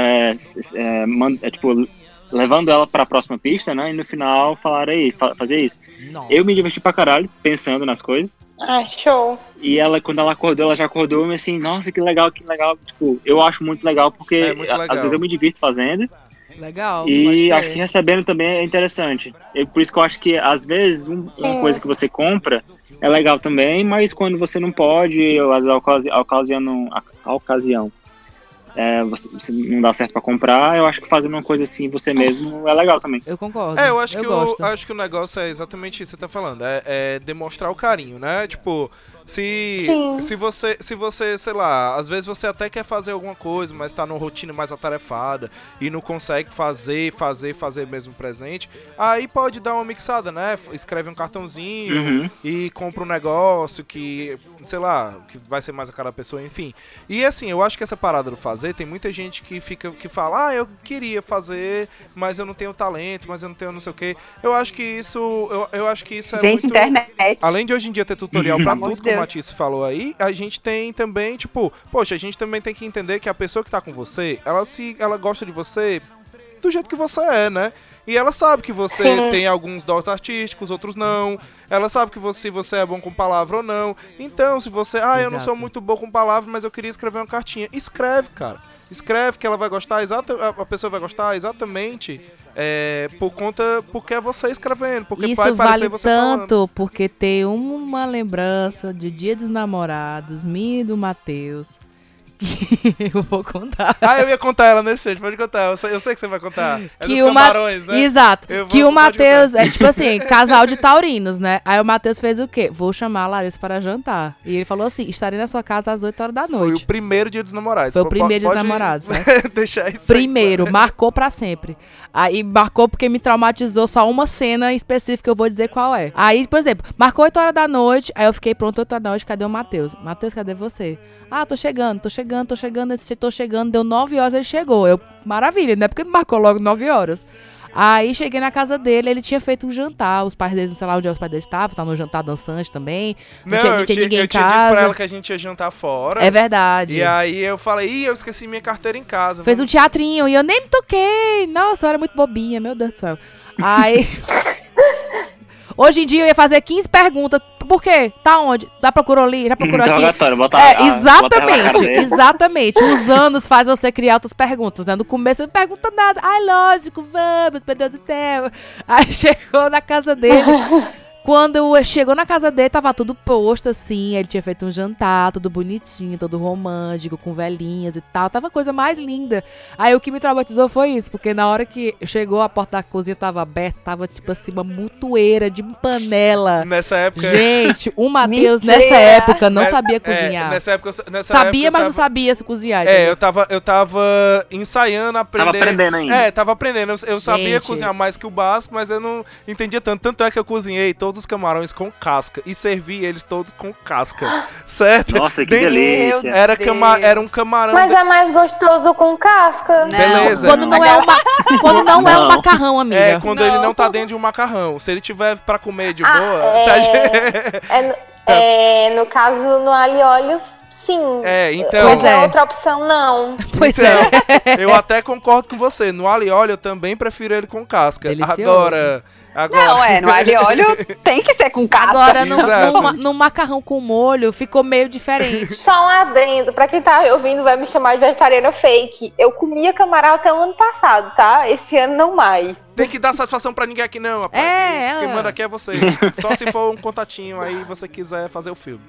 tipo, levando ela pra próxima pista, né? E no final falaram aí, fazer isso. Nossa. Eu me diverti pra caralho, pensando nas coisas. Ai, show. E quando ela acordou, ela já acordou e assim, nossa, que legal. Tipo, eu acho muito legal, porque É muito legal. às vezes eu me divirto fazendo. Legal. pode E crer. acho que recebendo também é interessante. Por isso que eu acho que, às vezes, uma coisa que você compra é legal também, mas quando você não pode, ou a ocasião você não dá certo pra comprar, eu acho que fazendo uma coisa assim você mesmo é legal também. Eu concordo. Eu acho que gosto. acho que o negócio é exatamente isso que você tá falando. É demonstrar o carinho, né? Tipo, se você, sei lá, às vezes você até quer fazer alguma coisa, mas tá numa rotina mais atarefada e não consegue fazer mesmo presente, aí pode dar uma mixada, né? Escreve um cartãozinho Uhum. e compra um negócio que, sei lá, que vai ser mais a cara da pessoa, enfim. E assim, eu acho que essa parada do fazer, tem muita gente que fala, eu queria fazer, mas eu não tenho talento, mas eu não tenho não sei o quê. Eu acho que isso é Gente, muito... internet. Além de hoje em dia ter tutorial pra Amor tudo, de como a Deus. Tice falou aí, a gente tem também, tipo, poxa, a gente também tem que entender que a pessoa que tá com você, ela gosta de você do jeito que você é, né? E ela sabe que você Sim. tem alguns dons artísticos, outros não. Ela sabe que se você é bom com palavra ou não. Então, se você... eu não sou Exato. muito bom com palavra, mas eu queria escrever uma cartinha. Escreve, cara. Escreve que ela vai gostar, a pessoa vai gostar exatamente porque é você escrevendo. Porque vai Isso parecer vale você falando. tanto porque tem uma lembrança de Dia dos Namorados, minha e do Matheus, Eu vou contar. Eu ia contar ela nesse jeito, pode contar. Eu sei que você vai contar. É Que dos o camarões, né? Exato. Que o pode Matheus contar. é tipo assim, casal de taurinos, né? Aí o Matheus fez o quê? Vou chamar a Larissa para jantar. E ele falou assim, estarei na sua casa às 8 horas da Foi noite. o primeiro dia dos namorados. Foi o primeiro dia dos Pode namorados, né? deixar isso Primeiro, aí, marcou pra sempre. Aí marcou porque me traumatizou só uma cena específica, eu vou dizer qual é. Aí, por exemplo, marcou 8 horas da noite, aí eu fiquei pronto 8 horas da noite, cadê o Matheus? Matheus, cadê você? Ah, tô chegando, deu 9 horas, ele chegou. Eu, maravilha, né? Porque marcou logo 9 horas. Aí cheguei na casa dele, ele tinha feito um jantar, os pais deles, não sei lá onde os pais deles estavam no jantar dançante também. Não, Não tinha ninguém eu em tinha dito casa. pra ela que a gente ia jantar fora. É verdade. E aí eu falei, eu esqueci minha carteira em casa. Fez um teatrinho e eu nem me toquei. Nossa, eu era muito bobinha, meu Deus do céu. Aí. Hoje em dia eu ia fazer 15 perguntas. Por quê? Tá onde? Já procurou ali? Já procurou aqui? Interrogatório, bota Exatamente. Os anos fazem você criar outras perguntas, né? No começo você não pergunta nada. Ai, lógico, vamos, meu Deus do céu. Aí chegou na casa dele. Quando chegou na casa dele, tava tudo posto, assim. Ele tinha feito um jantar, tudo bonitinho, todo romântico, com velhinhas e tal. Tava a coisa mais linda. Aí o que me traumatizou foi isso, porque na hora que chegou, a porta da cozinha tava aberta, tava tipo assim, uma mutueira de panela. Nessa época... Gente, o Matheus, Mentira. nessa época, não sabia cozinhar. Nessa época Sabia, mas eu não sabia se cozinhar. É, entendeu? eu tava ensaiando, aprendendo. Tava aprendendo ainda. É, tava aprendendo. Eu sabia Gente. cozinhar mais que o básico, mas eu não entendia tanto. Tanto é que eu cozinhei todos os camarões com casca e servi eles todos com casca. Certo? Nossa, que Bem- delícia. Era, Deus. era um camarão. Mas é mais gostoso com casca. Não. Beleza. Quando não é um macarrão, amiga. É, quando ele Não. não tá dentro de um macarrão. Se ele tiver pra comer de Ah, boa, no caso, no alho e óleo, sim. então. Pois Qualquer é. outra opção, não. Pois Então, é. eu até concordo com você. No alho e óleo eu também prefiro ele com casca. Delicioso. Agora. Não, no alho e óleo tem que ser com casca. Agora, Exato. no macarrão com molho, ficou meio diferente. Só um adendo, pra quem tá ouvindo vai me chamar de vegetariana fake. Eu comia camarão até o ano passado, tá? Esse ano não mais. Tem que dar satisfação pra ninguém aqui não, rapaz. Quem manda aqui é você. Só se for um contatinho aí você quiser fazer o filme.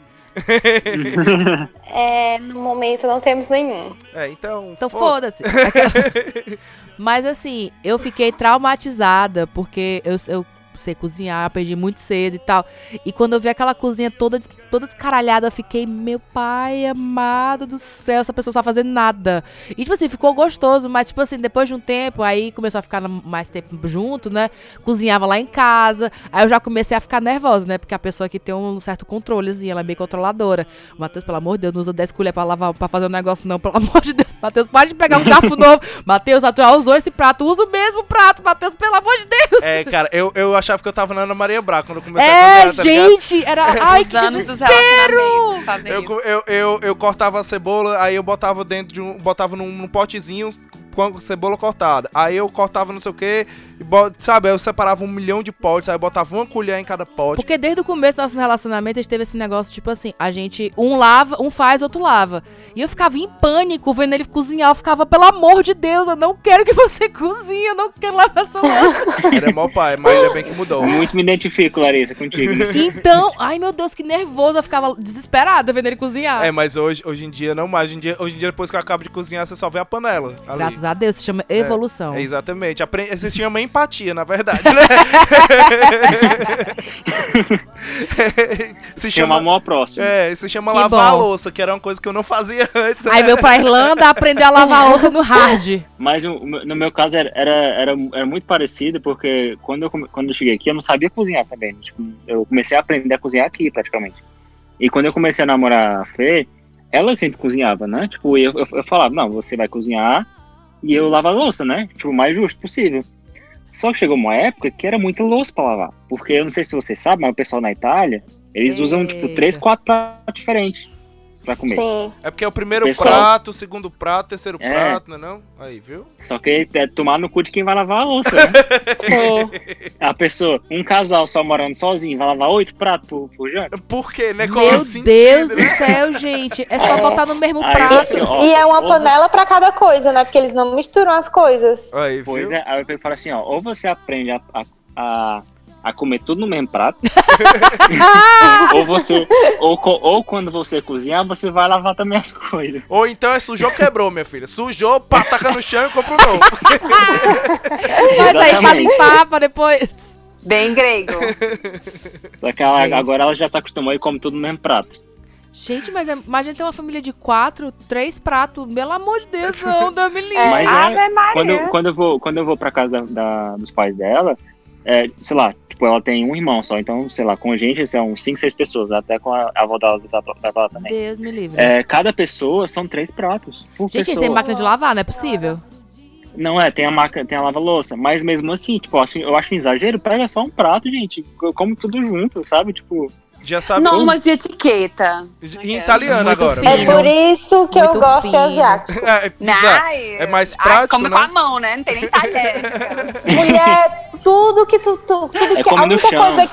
No momento não temos nenhum. Então Então foda-se. Mas assim, eu fiquei traumatizada, porque eu sei cozinhar, aprendi muito cedo e tal. E quando eu vi aquela cozinha toda descaralhada, eu fiquei, meu pai amado do céu, essa pessoa não sabe fazer nada. E tipo assim, ficou gostoso, mas tipo assim, depois de um tempo, aí começou a ficar mais tempo junto, né? Cozinhava lá em casa. Aí eu já comecei a ficar nervosa, né? Porque a pessoa aqui tem um certo controlezinho, ela é meio controladora. O Matheus, pelo amor de Deus, não usa 10 colheres pra fazer um negócio, não. Pelo amor de Deus, Matheus, pode de pegar um garfo novo. Matheus, tu já usou esse prato, usa o mesmo prato, Matheus, pelo amor de Deus. Cara, eu achava que eu tava na Ana Maria Braga quando eu comecei a cozinhar, tá ligado? Gente, era... Ai, que Os anos dos desespero. relacionamentos fazem isso. Eu cortava a cebola, aí eu botava dentro de botava num potezinho com a cebola cortada. Aí eu cortava não sei o que, sabe? Aí eu separava 1 milhão de potes, aí eu botava uma colher em cada pote. Porque desde o começo do nosso relacionamento, a gente teve esse negócio, tipo assim, a gente, um lava, um faz, outro lava. E eu ficava em pânico vendo ele cozinhar, eu ficava, pelo amor de Deus, eu não quero que você cozinhe, eu não quero lavar essa louça. Ele é mó pai, mas ainda bem que mudou. Muito me identifico, Larissa, contigo. Então, ai meu Deus, que nervoso, eu ficava desesperada vendo ele cozinhar. Mas hoje em dia não mais. Hoje em dia, depois que eu acabo de cozinhar, você só vê a panela. Ali. Graças a Deus, se chama evolução. Exatamente. Você se chama empatia, na verdade, né? se Chama amor próximo. Se chama Que lavar a bom. louça, que era uma coisa que eu não fazia antes. Né? Aí veio pra Irlanda, aprendeu a lavar a louça no hard. Mas no meu caso era muito parecido, porque quando eu cheguei aqui eu não sabia cozinhar também. Tipo, eu comecei a aprender a cozinhar aqui, praticamente. E quando eu comecei a namorar a Fê, ela sempre cozinhava, né? Tipo, eu falava, não, você vai cozinhar e eu lavo a louça, né? Tipo, o mais justo possível. Só que chegou uma época que era muita louça pra lavar. Porque eu não sei se você sabe, mas o pessoal na Itália, eles usam, tipo, 3, 4 pratos diferentes pra comer. Sim. É porque é o primeiro Pessoal. prato, o segundo prato, o terceiro É. prato, né não? Aí, viu? Só que é tomar no cu de quem vai lavar a louça, né? Sim. A pessoa, um casal só morando sozinho, vai lavar 8 pratos por janta? Por quê, né? Meu Sentido, Deus né? do céu, gente. É só botar no mesmo Aí, prato. ó, E é uma ou- panela pra cada coisa, né? Porque eles não misturam as coisas. Aí, viu? Pois é, aí eu falo assim, ó, ou você aprende a a comer tudo no mesmo prato. ou quando você cozinhar, você vai lavar também as coisas. Ou então sujou, quebrou, minha filha. Sujou, pá, taca no chão e compra um novo. Mas aí pra limpar, pra depois... Bem grego. Só que agora ela já se acostumou e come tudo no mesmo prato. Gente, mas imagina ter uma família de 4, 3 pratos. Pelo amor de Deus, não, Deus me livre. Mas Ave Maria. quando eu vou pra casa dos pais dela, sei lá, tipo, ela tem um irmão só, então, sei lá, com a gente são 5, 6 pessoas, até com a avó dela vai lá também. Deus me livre. Cada pessoa são 3 pratos. Gente, eles têm máquina de lavar, não é possível? Não tem a lava-louça, mas mesmo assim, tipo, eu acho um exagero, pega só um prato, gente, eu como tudo junto, sabe, tipo... Já sabe. Normas de etiqueta. Em italiano Muito agora. fino. É por isso que Muito eu gosto de fino. asiático. É mais prático, come né? com a mão, né? Não tem nem talher. Mulher, tudo que a como no única chão. coisa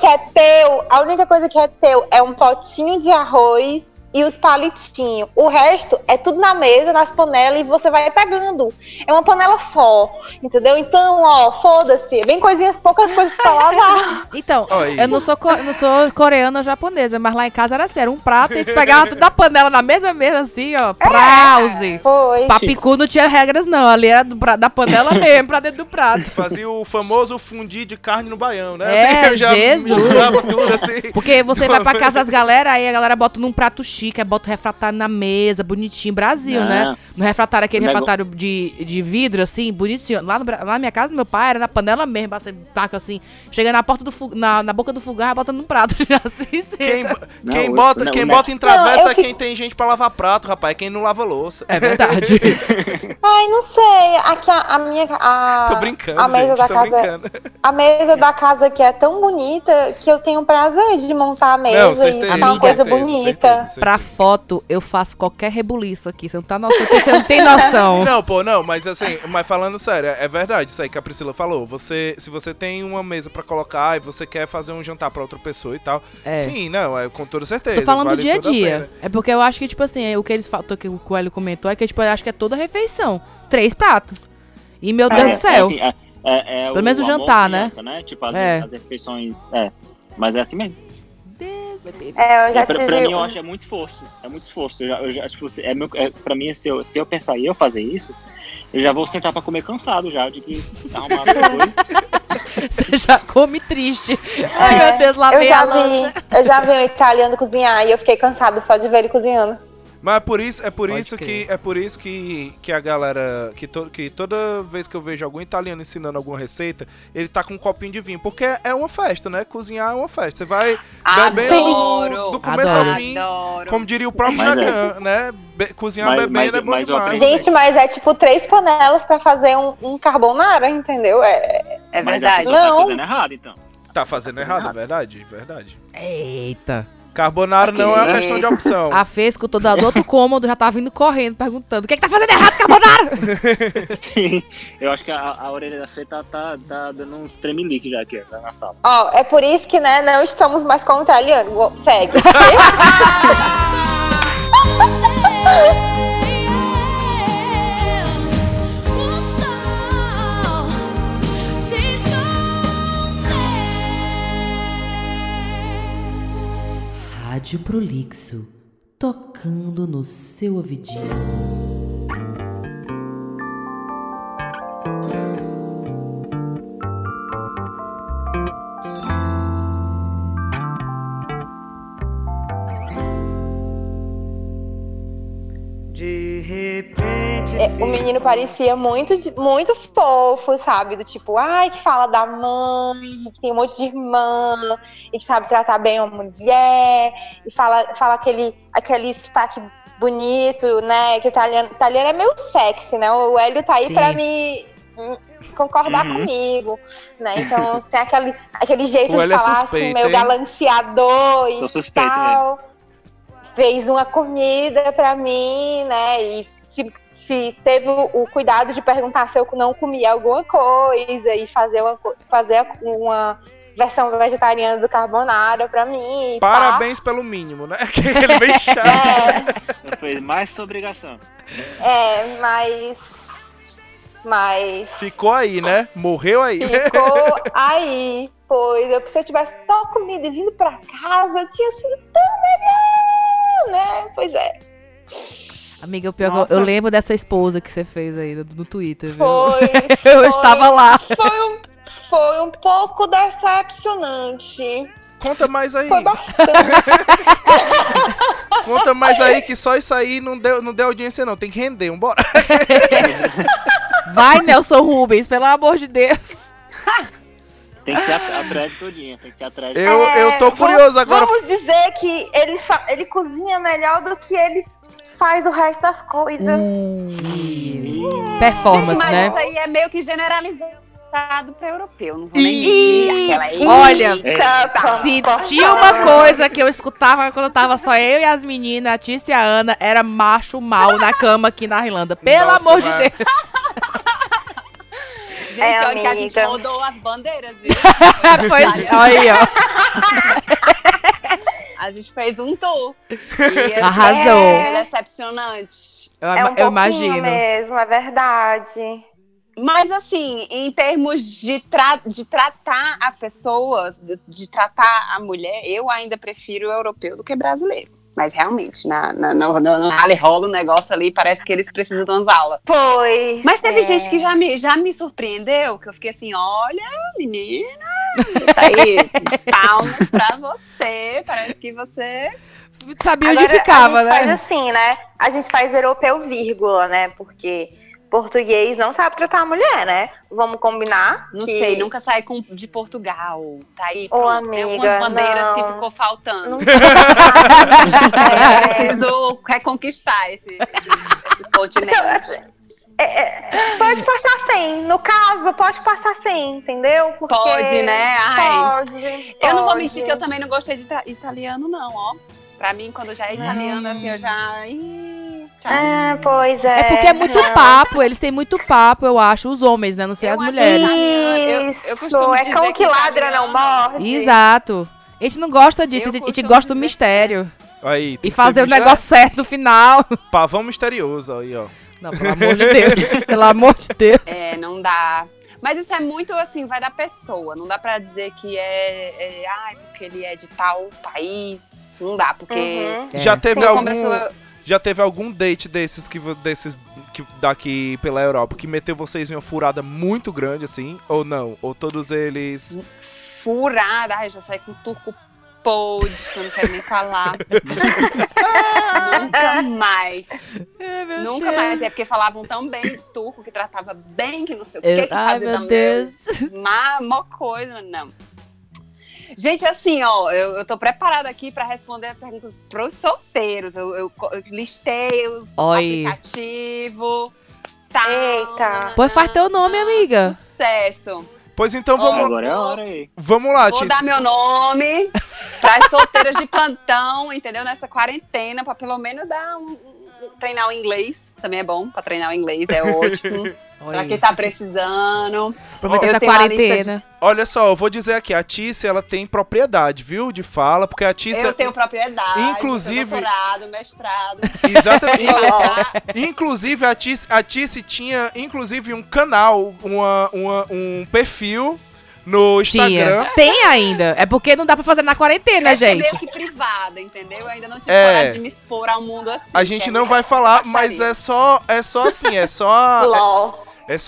que é teu é um potinho de arroz e os palitinhos. O resto é tudo na mesa, nas panelas, e você vai pegando. É uma panela só, entendeu? Então, ó, foda-se. Bem coisinhas, poucas coisas pra lavar. Então, Oi. eu não sou coreana ou japonesa, mas lá em casa era sério, um prato e a gente pegava tudo da panela na mesma mesa, assim, ó, brause. Foi. Papicu não tinha regras, não. Ali era da panela mesmo, pra dentro do prato. Fazia o famoso fundi de carne no baião, né? É, eu já Jesus. misturava tudo assim. Porque você vai pra casa das galera, aí a galera bota num prato chique, aí bota o refratário na mesa, bonitinho, Brasil, né? No refratário, aquele refratário de vidro, assim, bonitinho. Lá na minha casa, do meu pai, era na panela mesmo, você taca assim, chega na porta na boca do fogão, bota num prato, assim, Quem bota em travessa é quem tem gente pra lavar prato, rapaz, é quem não lava louça. É verdade. Ai, não sei. Aqui Tô brincando, a mesa gente, da tô casa, brincando. a mesa da casa aqui é tão bonita que eu tenho prazer de montar a mesa Não, e certeza, ficar uma coisa bonita. certeza. Pra foto, eu faço qualquer rebuliço aqui. Você não tá noção, você não tem noção. Não, mas assim, mas falando sério, é verdade isso aí que a Priscila falou. Se você tem uma mesa pra colocar e você quer fazer um jantar pra outra pessoa e tal, sim, com toda certeza. Tô falando do vale dia a toda dia. pena. É porque eu acho que, tipo assim, o que eles que o Hélio comentou é que, tipo, eu acho que é toda refeição. 3 pratos. E, meu Deus do céu. Assim, Pelo menos o jantar, né? Janta, né? Tipo, as refeições. Mas é assim mesmo. Deus, bebê. Eu já tive... Pra mim, eu acho que é muito esforço. É muito esforço. Eu já, tipo, pra mim, se eu pensar em eu fazer isso, eu já vou sentar pra comer cansado já, de que arrumar as coisas. Você já come triste. Ai, meu Deus, lá vem a louça. Eu já vi um italiano cozinhar e eu fiquei cansada só de ver ele cozinhando. Mas é por isso que a galera, que toda vez que eu vejo algum italiano ensinando alguma receita, ele tá com um copinho de vinho, porque é uma festa, né? Cozinhar é uma festa. Você vai bebendo do começo ao fim, como diria o próprio Jacan, né? Cozinhar bebendo é bom demais. Gente, mas é tipo 3 panelas pra fazer um carbonara, entendeu? É verdade. Mas tá fazendo errado, então. Tá fazendo errado, é verdade, verdade. Eita. Carbonara não é uma questão de opção. A Fê escutou do outro cômodo, já tá vindo correndo, perguntando: o que tá fazendo errado, carbonara? Sim, eu acho que a orelha da Fê tá dando uns tremelique já aqui, na sala. Ó, é por isso que, né, não estamos mais com o italiano. Segue. Rádio Prolixo, tocando no seu ouvidinho. De repente. O menino parecia muito fofo, sabe? Do tipo, ai, que fala da mãe, que tem um monte de irmã, e que sabe tratar bem uma mulher, e fala aquele sotaque bonito, né? Que o italiano é meio sexy, né? O Hélio tá aí Sim. pra me concordar comigo, né? Então tem aquele jeito de falar assim, meio galanteador e tal. Mesmo. Fez uma comida pra mim, né? E se teve o cuidado de perguntar se eu não comia alguma coisa e fazer uma versão vegetariana do carbonara pra mim. Parabéns pelo mínimo, né? Aquele bem chato. Você fez mais sua obrigação. Mas... Ficou aí, né? Morreu aí. Ficou aí. Pois, se eu tivesse só comido e vindo pra casa, tinha sido tão melhor, né? Pois é. Amiga, eu lembro dessa esposa que você fez aí no Twitter, viu? Eu estava lá. Foi um pouco decepcionante. Conta mais aí. Foi bastante. Conta mais aí que só isso aí não deu audiência não. Tem que render, vambora. Vai, Nelson Rubens, pelo amor de Deus. Tem que ser a thread todinha, tem que ser a thread. Eu tô curioso agora. Vamos dizer que ele cozinha melhor do que ele faz o resto das coisas. Performance, Mas né? isso aí é meio que generalizado pra europeu. Não vou nem dizer aquela. Olha, Eita, se tinha uma coisa que eu escutava quando tava só eu e as meninas, a Tícia e a Ana, era macho mal na cama aqui na Irlanda. Pelo Nossa, amor de mas- Deus. Gente, olha que a gente amiga. rodou as bandeiras, viu? Pois, aí, ó. A gente fez um tour. E, Arrasou. É decepcionante. É um Eu pouquinho imagino. mesmo, é verdade. Mas, assim, em termos de tratar as pessoas, de tratar a mulher, eu ainda prefiro o europeu do que brasileiro. Mas, realmente, no rally rola o negócio ali, parece que eles precisam de umas aulas. Pois. Mas teve é. gente que já me surpreendeu, que eu fiquei assim, olha, menina, tá aí, palmas pra você, parece que você... Sabia Agora, onde ficava, a gente faz né? assim, né? A gente faz europeu vírgula, né? Porque português não sabe tratar a mulher, né? Vamos combinar? Não que... sei, nunca saí de Portugal, tá aí, Ô, pronto, tem algumas amiga, bandeiras não. que ficou faltando. Não Eu é, preciso reconquistar esses continentes. pode passar sem. No caso, pode passar sem, entendeu? Porque Pode, né? Ai. Pode. Eu não vou mentir que eu também não gostei de italiano, não, ó. Pra mim, quando já é italiano, assim, eu já... Ih, tchau. Pois é. É porque é muito papo, eles têm muito papo, eu acho, os homens, né? Não sei as Eu acho mulheres. Eu costumo é dizer cão que ladra, italiano- não morde. Exato. A gente não gosta disso, Eu a gente costumo gosta do dizer mistério. Aí, tem E que fazer ser o negócio certo no final. Pavão misterioso aí, ó. Não, pelo amor de Deus. Pelo amor de Deus. É, não dá. Mas isso é muito, assim, vai da pessoa. Não dá pra dizer que porque ele é de tal país. Não dá, porque... Uhum. É. Já teve Sim, algum... como pessoa- Já teve algum date desses que daqui pela Europa que meteu vocês em uma furada muito grande, assim? Ou não? Ou todos eles... Furada. Ai, já saí com turco podre, eu não quero nem falar. Nunca mais. Nunca mais. É porque falavam tão bem de turco, que tratava bem, que não sei o que Ai, fazia meu também. Deus. Mó coisa, não. Gente, assim, ó, eu tô preparada aqui pra responder as perguntas pros solteiros. Eu listei os Oi. aplicativos. Tal, Eita. Pois faz teu nome, amiga. Sucesso. Pois então Agora é a hora aí. vamos lá, Vou Tícia. dar meu nome pras solteiras de plantão, entendeu? Nessa quarentena, pra pelo menos dar treinar o inglês. Também é bom, pra treinar o inglês, é ótimo. Pra quem tá precisando. Aproveita Eu essa tenho uma lista quarentena. Olha só, eu vou dizer aqui, a Tícia, ela tem propriedade, viu, de fala, porque a Tícia... Eu tenho propriedade, Inclusive- eu tenho doutorado, mestrado. Exatamente. Ó, Inclusive, a Tícia tinha, inclusive, um canal, um perfil no Instagram. Tinha. Tem ainda. É porque não dá pra fazer na quarentena, essa é gente. meio que privada, entendeu? Eu ainda não tive É. coragem de me expor ao mundo assim. A gente que é não uma vai falar, baixaria. mas é só assim, LOL.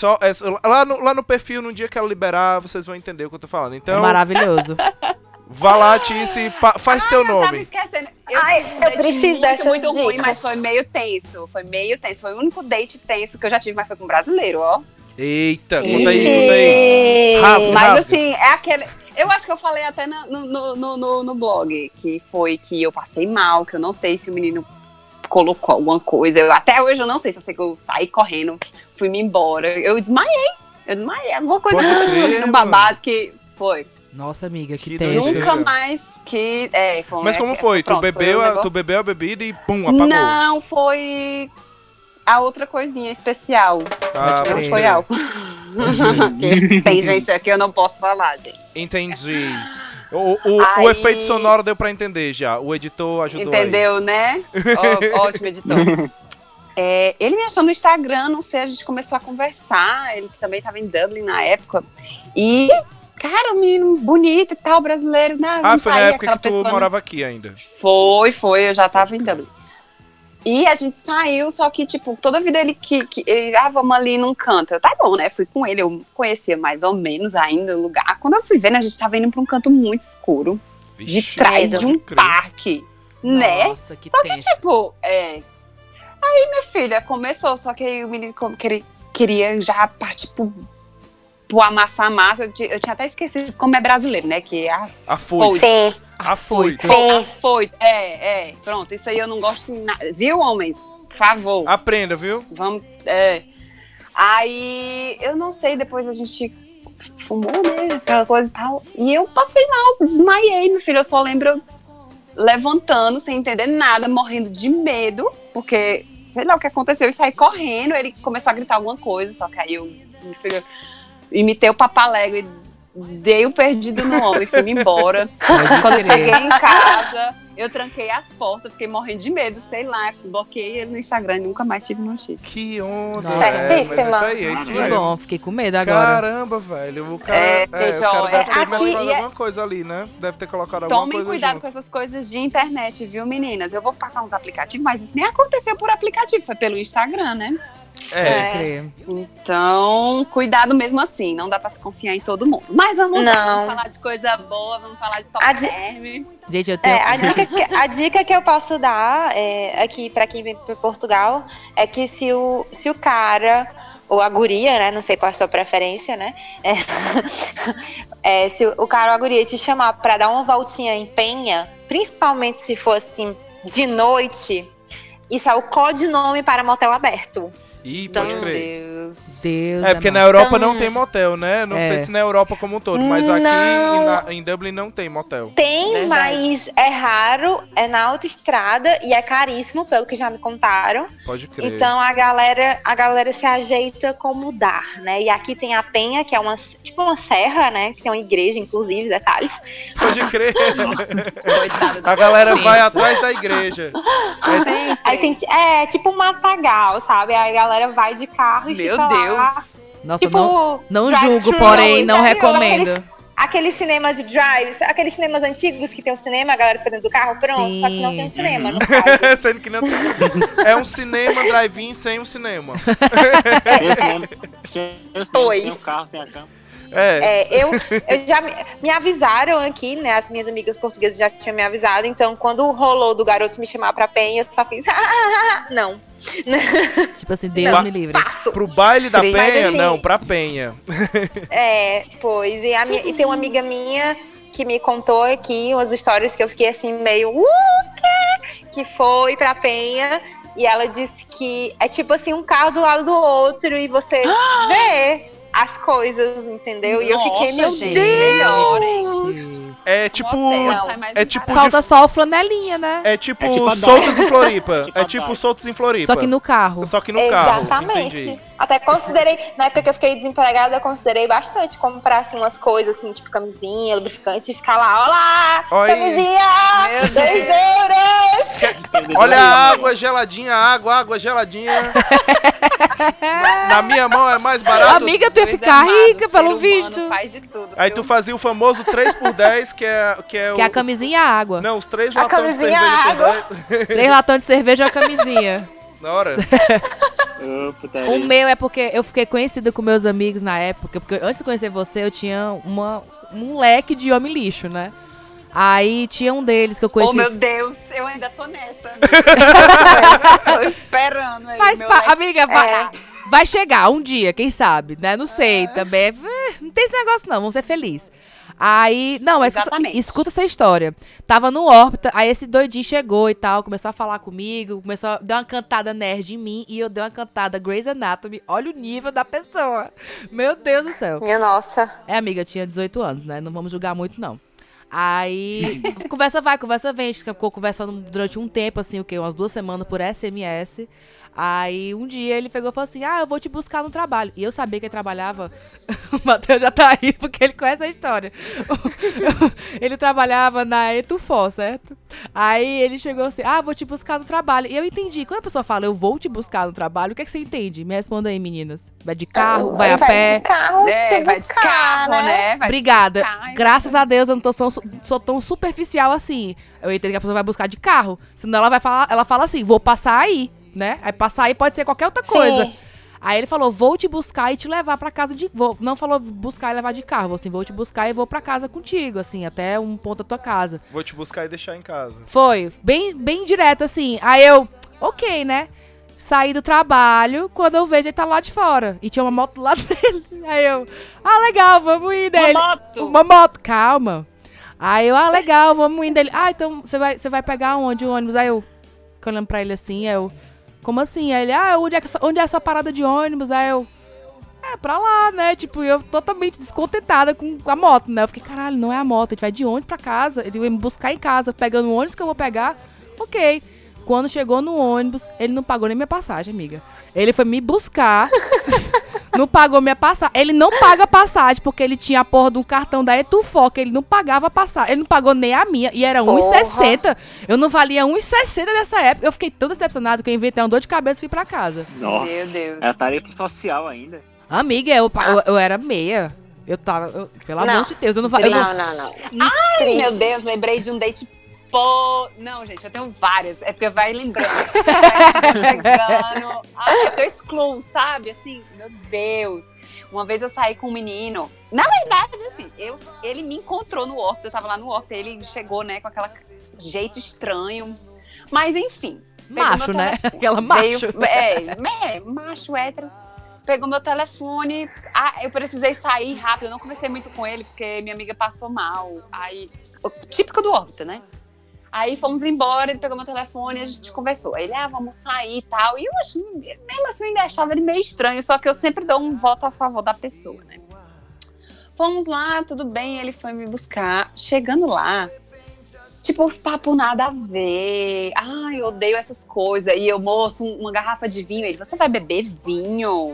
lá no perfil, no dia que ela liberar, vocês vão entender o que eu tô falando. É Então, maravilhoso. vá lá, Tícia, e faz teu Eu tava nome. esquecendo. Ai, tive um eu date preciso dessas muito ruim, dicas. mas foi meio tenso. Foi o único date tenso que eu já tive, mas foi com um brasileiro, ó. Eita, conta aí. Rasga, Mas rasga. assim, é aquele... Eu acho que eu falei até no blog, que foi que eu passei mal, que eu não sei se o menino colocou alguma coisa. Até hoje eu não sei, só sei que eu saí correndo, fui-me embora. Eu desmaiei. Alguma coisa Pode aconteceu crer, ali no babado que foi. Nossa, amiga, que Que tenso. doideira. Nunca mais que... foi Mas como foi? pronto, Tu bebeu, um negócio- tu bebeu a bebida e pum, apagou. Não, foi a outra coisinha especial. Ah, Não pode foi crer. álcool. Tem gente aqui, eu não posso falar, gente. Entendi. O Aí- efeito sonoro deu pra entender já. O editor ajudou aí. Entendeu, né? Ótimo, editor. Ele me achou no Instagram, não sei, a gente começou a conversar. Ele também estava em Dublin na época. E cara, um menino bonito e tal, brasileiro, né? Ah, foi na época que tu pessoa morava aqui ainda. Foi, eu já tava em Dublin. E a gente saiu, só que, tipo, toda vida ele vamos ali num canto. Eu, tá bom, né? Fui com ele, eu conhecia mais ou menos ainda o lugar. Quando eu fui ver, né, a gente tava indo pra um canto muito escuro. Vixe, de trás de um pode crer. parque, né? Nossa, que Só que, tenso. tipo, Aí, minha filha, começou, só que aí o menino queria já partir pro amassar massa. Eu tinha até esquecido como é brasileiro, né? Que é Afoito. Sim. Afoito. Afoito. Pronto, isso aí eu não gosto de nada. Viu, homens? Por favor. Aprenda, viu? Vamos, Aí, eu não sei, depois a gente fumou, né? Aquela coisa e tal. E eu passei mal, desmaiei, meu filho. Eu só lembro levantando, sem entender nada, morrendo de medo, porque sei lá o que aconteceu. Eu saí correndo, ele começou a gritar alguma coisa, só que aí eu, meu filho, imitei o Papalégua e dei o perdido no homem, fui embora. Quando eu cheguei em casa, eu tranquei as portas, fiquei morrendo de medo, sei lá, bloqueei ele no Instagram e nunca mais tive notícia. Que onda, Nossa. mas é isso Certíssima. aí, é isso Que aí. bom, fiquei com medo agora. Caramba, velho, o cara, o cara deve ter mesclado alguma coisa ali, né? Deve ter colocado alguma Tomem coisa cuidado junto. com essas coisas de internet, viu, meninas? Eu vou passar uns aplicativos, mas isso nem aconteceu por aplicativo, foi pelo Instagram, né? Crer. Então, cuidado mesmo assim, não dá pra se confiar em todo mundo. Mas vamos falar de coisa boa, vamos falar de top term. Gente, eu tenho... A dica que eu posso dar aqui pra quem vem para Portugal é que se o cara ou a guria, né, não sei qual é a sua preferência, né, se o cara ou a guria te chamar pra dar uma voltinha em Penha, principalmente se for assim de noite, isso é o codinome para motel aberto. Ih, pode crer. Deus, É, porque amado. na Europa não tem motel, né? Não sei se na Europa como um todo, mas aqui Não. em Dublin não tem motel. Tem, Verdade. mas é raro, é na autoestrada e é caríssimo, pelo que já me contaram. Pode crer. Então a galera se ajeita como dá, né? E aqui tem a Penha, que é tipo uma serra, né? Que tem uma igreja, inclusive, detalhes. Pode crer. Coitado A galera vai atrás da igreja. Aí tem tipo um matagal, sabe? Aí a galera vai de carro e Meu fica Deus. lá. Nossa, Tipo, não drive-thru, julgo, porém não entendeu? recomendo. Aquele cinema de drive, aqueles cinemas antigos que tem um cinema, a galera fica dentro do carro, pronto, só que não tem um cinema, no caso. Sendo que não tem. É um cinema drive-in sem um cinema. Pois. Sem o carro, sem a cama. Eu já me avisaram aqui, né? As minhas amigas portuguesas já tinham me avisado. Então, quando rolou do garoto me chamar pra Penha, eu só fiz, não. Tipo assim, Deus me livre. Passo. Pro baile da Mas, Penha? assim, Não, pra Penha. Pois. E tem uma amiga minha que me contou aqui umas histórias que eu fiquei assim, meio, que foi pra Penha. E ela disse que é tipo assim, um carro do lado do outro e você vê as coisas, entendeu? E eu fiquei, meu gente, Deus! É tipo. É tipo. Falta só o flanelinha, né? É tipo, É tipo a soltos em Floripa. Tipo É a tipo Dai. soltos em Floripa. Só que no carro. Só que no carro. Exatamente. Entendi. Até considerei, na época que eu fiquei desempregada, eu considerei bastante comprar assim umas coisas assim, tipo camisinha, lubrificante e ficar lá, olá, Olha aí. camisinha, Meu 2 euros. Olha a água geladinha, água geladinha. Na minha mão é mais barato. Amiga, tu ia Deus ficar amado, rica, ser pelo humano visto. Faz de tudo, Aí viu? tu fazia o famoso 3x10, que é Que é a camisinha e a água. Não, os 3 A latões de camisinha cerveja por água. 10. 3 latões de cerveja e a camisinha. Na hora. O meu é porque eu fiquei conhecida com meus amigos na época, porque antes de conhecer você, eu tinha um leque de homem lixo, né? Aí tinha um deles que eu conheci. Oh, meu Deus, eu ainda tô nessa. Tô esperando aí. Faz meu pa... leque. Amiga, vai chegar um dia, quem sabe, né? Não sei, também. Não tem esse negócio não, vamos ser felizes. Aí, não, mas escuta essa história. Tava no órbita, aí esse doidinho chegou e tal, começou a falar comigo, deu uma cantada nerd em mim e eu dei uma cantada Grey's Anatomy. Olha o nível da pessoa. Meu Deus do céu. Minha nossa. Amiga, eu tinha 18 anos, né? Não vamos julgar muito, não. Aí, conversa vai, conversa vem. A gente ficou conversando durante um tempo, assim, o quê? Umas 2 semanas por SMS. Aí, um dia ele pegou e falou assim, eu vou te buscar no trabalho. E eu sabia que ele trabalhava... O Matheus já tá aí, porque ele conhece a história. Ele trabalhava na Etufó, certo? Aí, ele chegou assim, vou te buscar no trabalho. E eu entendi. Quando a pessoa fala, eu vou te buscar no trabalho, o que é que você entende? Me responda aí, meninas. Vai de carro, vai a pé? Vai de carro, Vai de carro, né? Vai Obrigada. de carro. Graças a Deus eu não sou tão superficial assim. Eu entendo que a pessoa vai buscar de carro. Senão ela fala assim, vou passar aí, né? Aí passar aí pode ser qualquer outra coisa. Sim. Aí ele falou, vou te buscar e te levar pra casa de... Não falou buscar e levar de carro. Falou assim, vou te buscar e vou pra casa contigo, assim, até um ponto da tua casa. Vou te buscar e deixar em casa. Foi, bem direto, assim. Aí eu, ok, né? Saí do trabalho, quando eu vejo ele tá lá de fora. E tinha uma moto lá dele. Aí eu, legal, vamos ir dele. Uma moto, calma. Aí eu, legal, vamos ir dele. Então você vai pegar onde o ônibus? Aí eu, olhando pra ele assim, como assim? Aí ele, onde é a sua parada de ônibus? Aí eu, pra lá, né? Tipo, eu totalmente descontentada com a moto, né? Eu fiquei, caralho, não é a moto, a gente vai de ônibus pra casa. Ele vai me buscar em casa, pegando o ônibus que eu vou pegar. Ok. Quando chegou no ônibus, ele não pagou nem minha passagem, amiga. Ele foi me buscar, não pagou minha passagem. Ele não paga passagem, porque ele tinha a porra de um cartão da Etufó, que ele não pagava passagem. Ele não pagou nem a minha, e era 1,60. Eu não valia 1,60 nessa época. Eu fiquei tão decepcionado que eu inventei uma dor de cabeça e fui pra casa. Nossa, Meu Deus. é a tarefa social ainda. Amiga, eu era meia. Pelo amor de Deus, eu não valia. Não. Ai, meu Deus, lembrei de um date. Não, gente, eu tenho várias. É porque vai lembrando. Vai chegando. É que eu excluo, sabe? Assim, meu Deus. Uma vez eu saí com um menino. Na verdade, assim, ele me encontrou no Horto. Eu tava lá no Horto. Ele chegou, né, com aquele jeito estranho. Mas, enfim. Macho, né? Aquela macho. Macho, hétero. Pegou meu telefone. Eu precisei sair rápido. Eu não conversei muito com ele, porque minha amiga passou mal. Aí, típico do Horto, né? Aí fomos embora, ele pegou meu telefone e a gente conversou. Ele, vamos sair e tal. E eu acho, mesmo assim, eu ainda achava ele meio estranho, só que eu sempre dou um voto a favor da pessoa, né? Fomos lá, tudo bem, ele foi me buscar. Chegando lá, tipo, os papos nada a ver. Eu odeio essas coisas. E eu, moço, uma garrafa de vinho. Ele, você vai beber vinho?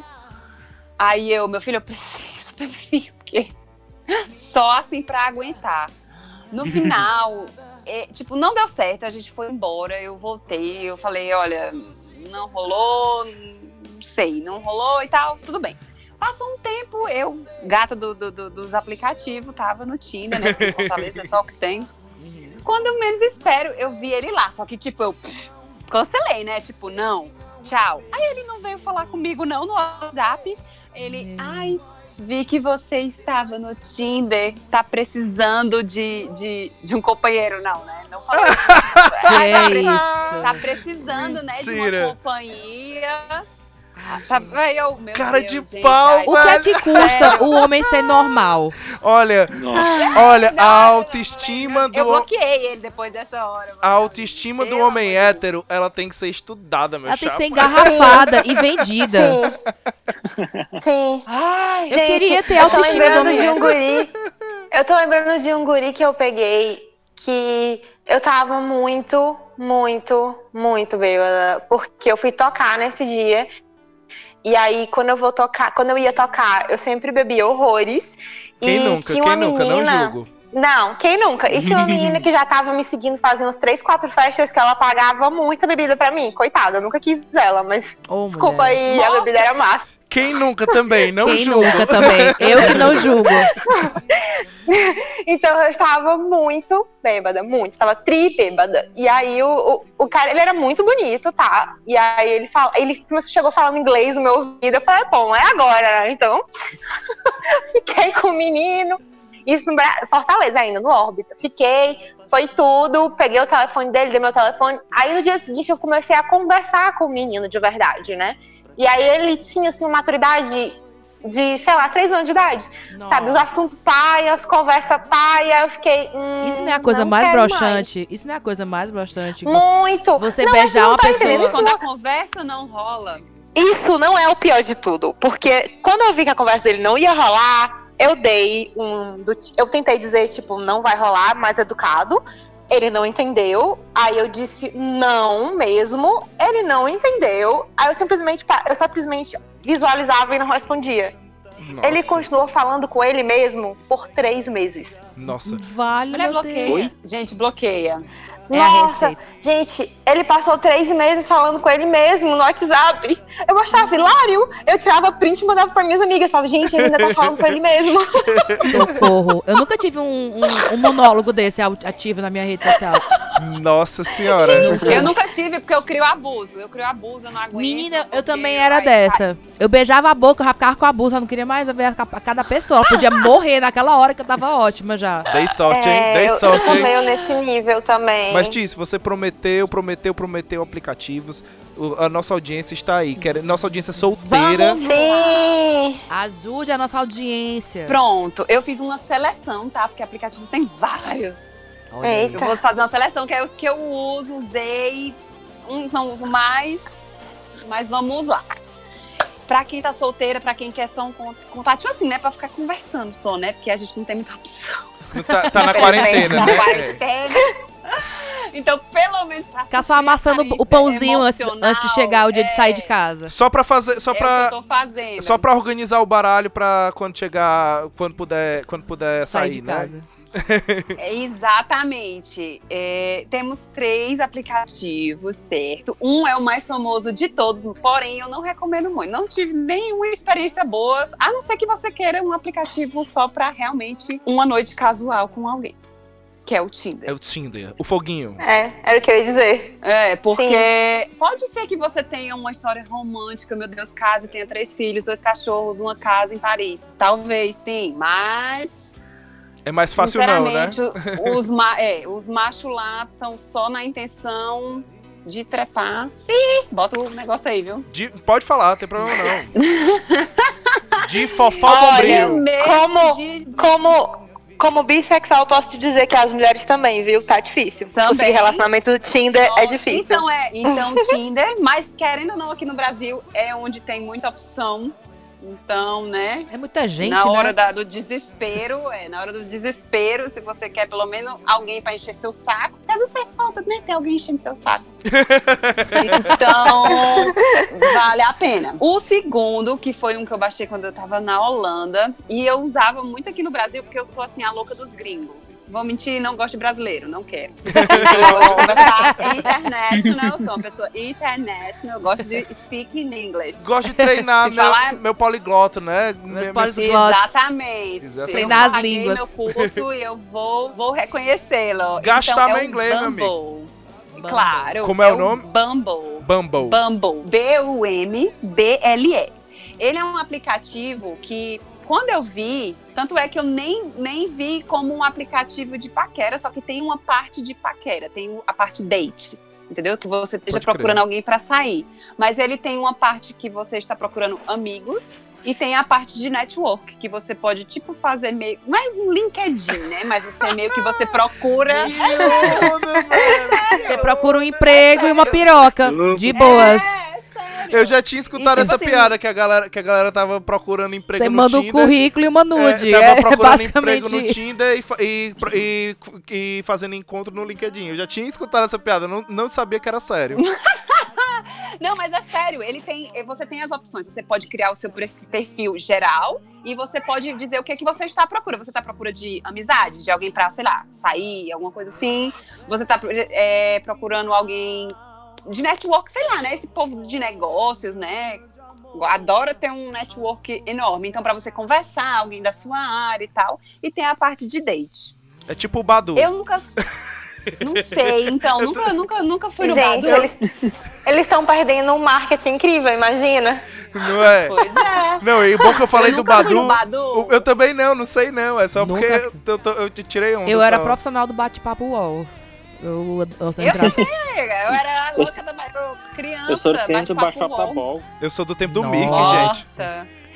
Aí meu filho, eu preciso beber vinho, porque só assim pra aguentar. No final... não deu certo, a gente foi embora, eu voltei, eu falei, olha, não rolou, não sei, não rolou e tal, tudo bem. Passou um tempo, eu, gata dos aplicativos, tava no Tinder, né, porque Fortaleza é só o que tem. Quando eu menos espero, eu vi ele lá, só que eu cancelei, né, não, tchau. Aí ele não veio falar comigo não no WhatsApp, ele, vi que você estava no Tinder, tá precisando de um companheiro. Não, né? Não falou isso. Tá precisando, né, de uma companhia. Meu cara Deus, de pau, O que é que custa o homem ser normal? Olha, a autoestima do... Eu bloqueei ele depois dessa hora. A autoestima do homem hétero, ela tem que ser estudada, meu Ela chapa. tem que ser engarrafada e vendida. Sim. Ai, Eu queria ter a autoestima do homem hétero. Eu tô lembrando de um guri que eu peguei, que eu tava muito bêbada, porque eu fui tocar nesse dia. E aí, quando eu ia tocar, eu sempre bebia horrores. Quem nunca? Não julgo. Não, quem nunca? E tinha uma menina que já tava me seguindo fazendo umas 3, 4 festas que ela pagava muita bebida pra mim. Coitada, eu nunca quis ela, mas desculpa aí, a bebida era massa. Quem nunca também, não Quem julgo. nunca também, eu que não julgo. Então eu estava muito bêbada, tava tri-bêbada. E aí o cara, ele era muito bonito, tá? E aí ele chegou falando inglês no meu ouvido, eu falei, bom, é agora, né? Então, fiquei com o menino, isso no Fortaleza ainda, no Órbita. Fiquei, foi tudo, peguei o telefone dele, dei meu telefone. Aí no dia seguinte eu comecei a conversar com o menino de verdade, né? E aí ele tinha, assim, uma maturidade de, sei lá, 3 anos de idade. Nossa. Sabe, os assuntos paias, conversa paia, eu fiquei... Isso não é a coisa mais broxante? Isso não é a coisa mais broxante? Muito! Você beijar uma pessoa... Quando a conversa não rola. Isso não é o pior de tudo. Porque quando eu vi que a conversa dele não ia rolar, eu dei eu tentei dizer, tipo, não vai rolar, mais educado. Ele não entendeu. Aí eu disse não mesmo. Ele não entendeu. Aí eu simplesmente visualizava e não respondia. Nossa. Ele continuou falando com ele mesmo por 3 meses. Nossa. Vale, Mulher meu bloqueia. Deus. Gente, bloqueia. É a Nossa, receita. gente, ele passou 3 meses falando com ele mesmo no WhatsApp. Eu achava hilário. Eu tirava print e mandava pra minhas amigas. Falava, gente, ele ainda tá falando com ele mesmo. Socorro. Eu nunca tive um monólogo desse ativo na minha rede social. Nossa senhora. Eu nunca tive, porque eu crio abuso. Eu não aguento. Menina, eu também era dessa. Eu beijava a boca, eu já ficava com abuso, eu não queria mais ver a cada pessoa. Eu podia morrer naquela hora que eu tava ótima já. Dei sorte, hein? Dei eu sorte, tô hein? meio nesse nível também. Mas, Tis, você prometeu aplicativos. A nossa audiência está aí. Nossa audiência solteira. Sim. Ajude a nossa audiência. Pronto, eu fiz uma seleção, tá? Porque aplicativos tem vários. Olha aí. Eu vou fazer uma seleção, que é os que eu usei. Uns não uso mais, mas vamos lá. Pra quem tá solteira, pra quem quer só um contato, assim, né? Pra ficar conversando só, né? Porque a gente não tem muita opção. Tá na quarentena, né? Então, pelo menos pra Ficar só amassando o pãozinho antes de chegar o dia de sair de casa. Só pra fazer. É o que eu tô fazendo. Só pra organizar o baralho pra quando chegar. Quando puder sair, de né? casa. Exatamente. Temos 3 aplicativos, certo? Um é o mais famoso de todos, porém eu não recomendo muito. Não tive nenhuma experiência boa, a não ser que você queira um aplicativo só pra realmente uma noite casual com alguém. Que é o Tinder. É o Tinder. O foguinho. Era o que eu ia dizer. Porque pode ser que você tenha uma história romântica, meu Deus, casa, tenha 3 filhos, 2 cachorros, uma casa em Paris. Talvez, sim, mas... É mais fácil não, né? Os machos lá estão só na intenção de trepar. Bota o negócio aí, viu? Pode falar, não tem problema não. De fofó bombril. Como bissexual, eu posso te dizer que as mulheres também, viu? Tá difícil. Também. Conseguir relacionamento do Tinder é difícil. Então Tinder, mas querendo ou não, aqui no Brasil é onde tem muita opção. Então, né? É muita gente, na hora né? do desespero, se você quer pelo menos alguém pra encher seu saco, às vezes faz falta, né? Ter alguém enchendo seu saco. Então, vale a pena. O segundo, que foi um que eu baixei quando eu tava na Holanda, e eu usava muito aqui no Brasil, porque eu sou, assim, a louca dos gringos. Vou mentir, não gosto de brasileiro, não quero. Eu gosto de conversar international, eu sou uma pessoa international, eu gosto de speak in English. Gosto de treinar meu poliglota, né? Exatamente. Treinar as paguei línguas. meu curso e eu vou reconhecê-lo. Gastar então, meu inglês, meu amigo. Claro. Como é o nome? Bumble. Bumble. Bumble. Ele é um aplicativo que, quando eu vi, tanto é que eu nem vi como um aplicativo de paquera, só que tem uma parte de paquera, tem a parte date, entendeu? Que você esteja procurando alguém pra sair. Mas ele tem uma parte que você está procurando amigos e tem a parte de network, que você pode, tipo, fazer meio... Não é um LinkedIn, né? Mas você meio que você procura... Você procura um emprego e uma piroca, de boas. Eu já tinha escutado essa piada que a galera tava procurando emprego no Tinder. Você manda um currículo e uma nude. Tava procurando basicamente emprego no Tinder e fazendo encontro no LinkedIn. Eu já tinha escutado essa piada, não sabia que era sério. Não, mas é sério, você tem as opções. Você pode criar o seu perfil geral e você pode dizer o que é que você está à procura. Você está à procura de amizade, de alguém pra, sei lá, sair, alguma coisa assim. Você está procurando alguém de network, sei lá, né? Esse povo de negócios, né? Adora ter um network enorme. Então, pra você conversar, alguém da sua área e tal. E tem a parte de date. É tipo o Badu. Eu nunca... Não sei, então, nunca fui no Gente, Badu. Eles estão perdendo um marketing incrível, imagina. Não é? Pois é. Não, e bom que eu falei do Badu. Badu. Eu também não sei não. É só porque eu tirei onda. Eu era profissional do bate-papo UOL. Eu era louca da criança. Eu sou do tempo do bate-papo da Eu sou do tempo do Nossa. Mirk, gente. Nossa.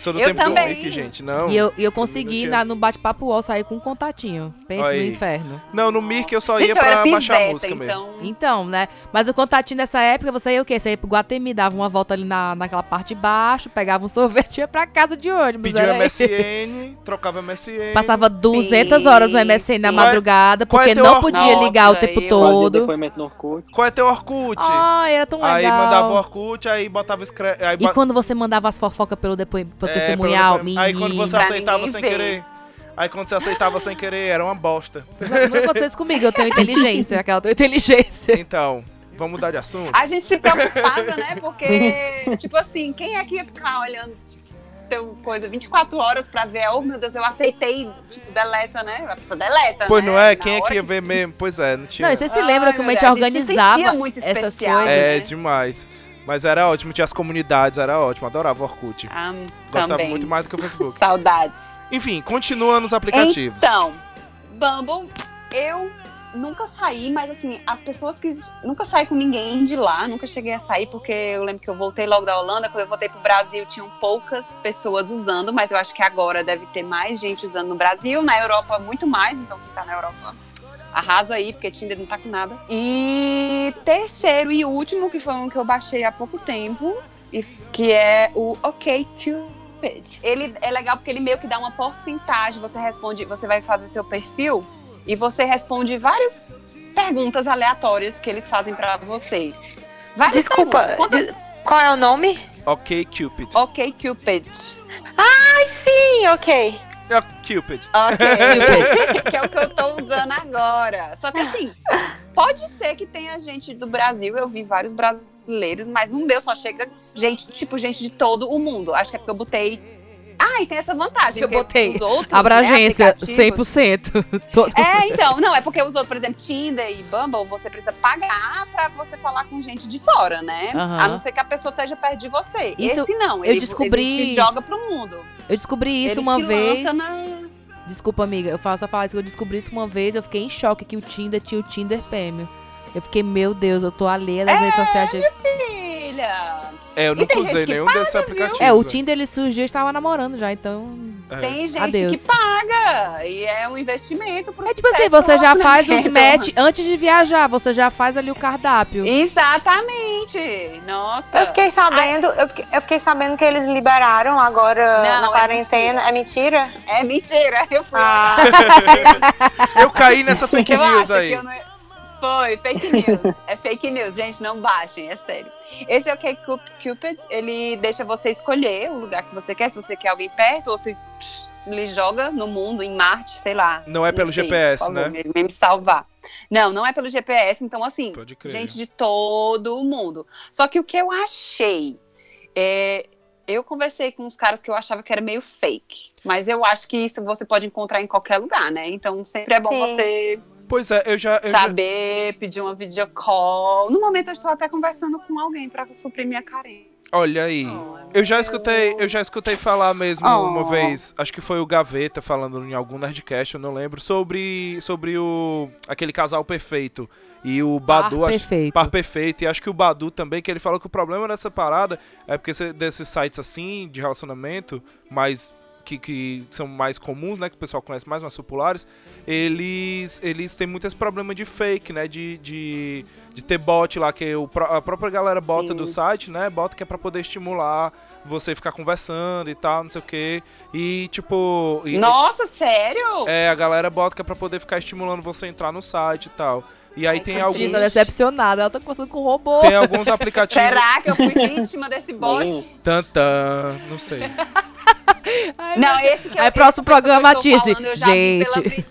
Sou do Eu tempo também. do Mirk, gente. Não. E eu Todo consegui, mundo tinha. no bate-papo UOL, sair com um contatinho. Pensa Olha no aí. inferno. Não, no Mirk eu só Gente, ia eu era pra baixar a piveta, música mesmo. então... Então, né? Mas o contatinho dessa época, você ia o quê? Você ia pro Guatemi, dava uma volta ali naquela parte de baixo, pegava um sorvete e ia pra casa de ônibus. Pediu era MSN, trocava MSN. Passava 200 horas no MSN na Qual é- madrugada, qual é porque teu não Orkut? podia ligar o Nossa, tempo eu Fazia todo. depoimento no Orkut. Qual é teu Orkut? Ai, era tão legal. Aí mandava o Orkut, aí botava E quando você mandava as fofocas pelo testemunhal, Aí quando você Pra aceitava ninguém sem ver. querer. Aí quando você aceitava sem querer, era uma bosta. Não aconteceu isso comigo, eu tenho inteligência, aquela tua inteligência. Então, vamos mudar de assunto? A gente se preocupava, né? Porque, tipo assim, quem é que ia ficar olhando teu coisa 24 horas pra ver? Oh, meu Deus, eu aceitei, tipo, deleta, né? A pessoa deleta, Pois né? não é? Na Quem é hora que ia ver mesmo? Pois é, não tinha. Não, e você se lembra Ai, como meu a gente Deus, a gente se organizava sentia muito essas especial. coisas? É, né? demais. Mas era ótimo, tinha as comunidades, era ótimo. Adorava o Orkut. Gostava Também. muito mais do que o Facebook. Saudades. Enfim, continua nos aplicativos. Então, Bumble, eu nunca saí, mas assim, as pessoas que... Nunca saí com ninguém de lá, nunca cheguei a sair, porque eu lembro que eu voltei logo da Holanda, quando eu voltei pro Brasil, tinham poucas pessoas usando, mas eu acho que agora deve ter mais gente usando no Brasil, na Europa muito mais, então quem tá na Europa arrasa aí, porque Tinder não tá com nada. E terceiro e último, que foi um que eu baixei há pouco tempo, que é o OkCupid. Ele é legal porque ele meio que dá uma porcentagem, você responde, você vai fazer seu perfil e você responde várias perguntas aleatórias que eles fazem pra você. Várias Desculpa, perguntas. qual é o nome? OkCupid. OkCupid. Ai, sim, ok. Cupid. Ok, que é o que eu tô usando agora. Só que assim, pode ser que tenha gente do Brasil, eu vi vários brasileiros, mas no meu só chega gente, tipo, gente de todo o mundo. Acho que é porque eu botei... Ah, e tem essa vantagem. Que eu porque botei os outros, abrangência, né, aplicativos- 100%. Todo Então, não, é porque os outros, por exemplo, Tinder e Bumble, você precisa pagar pra você falar com gente de fora, né? Aham. A não ser que a pessoa esteja perto de você. Isso Esse não, eu ele, descobri- ele te joga pro mundo. Eu descobri isso Ele uma te vez. lança na... Desculpa, amiga, eu só falar isso que eu descobri isso uma vez, eu fiquei em choque que o Tinder tinha o Tinder Premium. Eu fiquei, meu Deus, eu tô alheia das redes sociais. Filha! É, eu E nunca tem usei gente que nenhum paga, desses aplicativos. É, o né? Tinder ele surgiu, eu estava namorando já, então. É. Tem gente Adeus. que paga. E é um investimento pro É tipo assim, sucesso você já do faz os relacionamento. match antes de viajar, você já faz ali o cardápio. Exatamente. Nossa. Eu fiquei sabendo, eu fiquei sabendo que eles liberaram agora Não, na é quarentena. É mentira? É mentira. Eu fui Ah, Eu caí nessa fake Eu news acho aí. que eu não... Foi, fake news. É fake news, gente, não baixem, é sério. Esse é o OkCupid, ele deixa você escolher o lugar que você quer, se você quer alguém perto ou se lhe joga no mundo, em Marte, sei lá. Não é pelo sei, GPS, por favor, né? Me salvar. Não é pelo GPS, então assim, Pode crer. gente de todo o mundo. Só que o que eu achei, eu conversei com uns caras que eu achava que era meio fake, mas eu acho que isso você pode encontrar em qualquer lugar, né? Então sempre é bom Sim. você Pois é, eu já saber, pedir uma videocall. No momento eu estou até conversando com alguém pra suprir minha carência. Olha aí. Eu já escutei falar mesmo uma vez, acho que foi o Gaveta falando em algum Nerdcast, eu não lembro, sobre aquele casal perfeito. E o Badu, Par perfeito. E acho que o Badu também, que ele falou que o problema dessa parada é porque desses sites assim, de relacionamento, mais que são mais comuns, né, que o pessoal conhece mais, mais populares, eles têm muito esse problema de fake, né, de ter bot lá, que a própria galera bota do site, né, bota que é pra poder estimular você ficar conversando e tal, não sei o quê, e tipo... Nossa, sério? A galera bota que é pra poder ficar estimulando você a entrar no site e tal. E aí tem alguns... Tá decepcionada, ela tá conversando com o robô. Tem alguns aplicativos... Será que eu fui vítima desse bot? Tantã, não sei. Ai, Não, esse que eu... Aí, próximo programa, eu tô Matisse. falando, eu já Gente. vi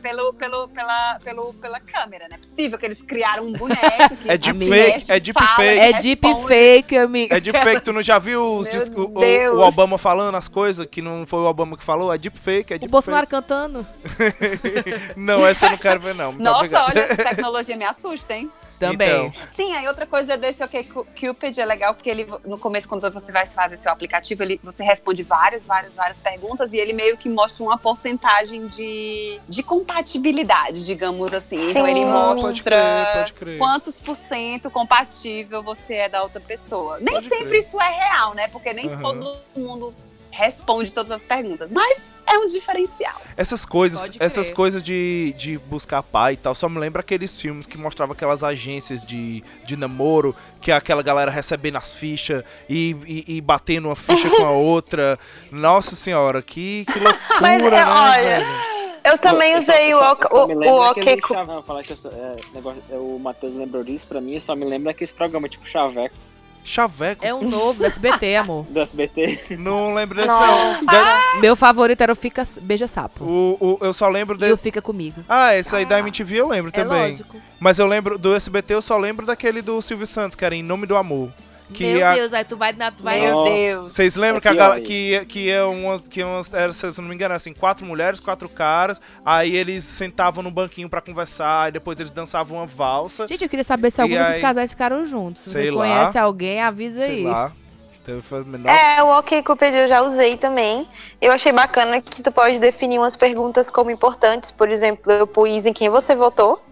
pela câmera, não é possível que eles criaram um boneco. Que É deepfake, é deepfake. É deepfake, amiga. É deepfake, tu não já viu o Obama falando as coisas que não foi o Obama que falou? É deepfake, é deepfake. O Bolsonaro cantando. Não, essa eu não quero ver, não. Muito Nossa, obrigado. olha, essa tecnologia me assusta, hein? Também. Então. Sim, aí outra coisa desse OkCupid é legal porque ele, no começo, quando você vai fazer seu aplicativo, você responde várias perguntas e ele meio que mostra uma porcentagem de compatibilidade, digamos assim. Então ele mostra pode crer. quantos % compatível você é da outra pessoa. Nem sempre isso é real, né? Porque nem todo mundo responde todas as perguntas. Mas é um diferencial. Essas Pode crer. coisas de buscar pai e tal, só me lembra aqueles filmes que mostravam aquelas agências de namoro, que é aquela galera recebendo as fichas e batendo uma ficha com a outra. Nossa senhora, que loucura, Mas, né, olha, velho? eu também usei o OK. Falar que o Matheus lembrou disso, pra mim, só me lembra aquele programa tipo Chaveco Chaveco? É um novo do SBT, amor. do SBT. Não lembro desse Nossa. não. Meu favorito era o Fica Beija Sapo. Eu só lembro E o desse. Fica Comigo. Ah, esse aí da MTV eu lembro É também. lógico. Mas eu lembro do SBT, eu só lembro daquele do Silvio Santos, que era Em Nome do Amor. Meu Deus, aí tu vai... Meu Nossa. Deus. Vocês lembram É que, pior era, se eu não me engano, assim, 4 mulheres, 4 caras, aí eles sentavam no banquinho pra conversar, e depois eles dançavam uma valsa, Gente, eu queria saber se E algum desses aí? casais ficaram juntos. Se Sei você lá. conhece alguém, avisa sei aí. lá. Então, foi menor. É, o OkCupid eu já usei também. Eu achei bacana que tu pode definir umas perguntas como importantes. Por exemplo, eu pus em quem você votou.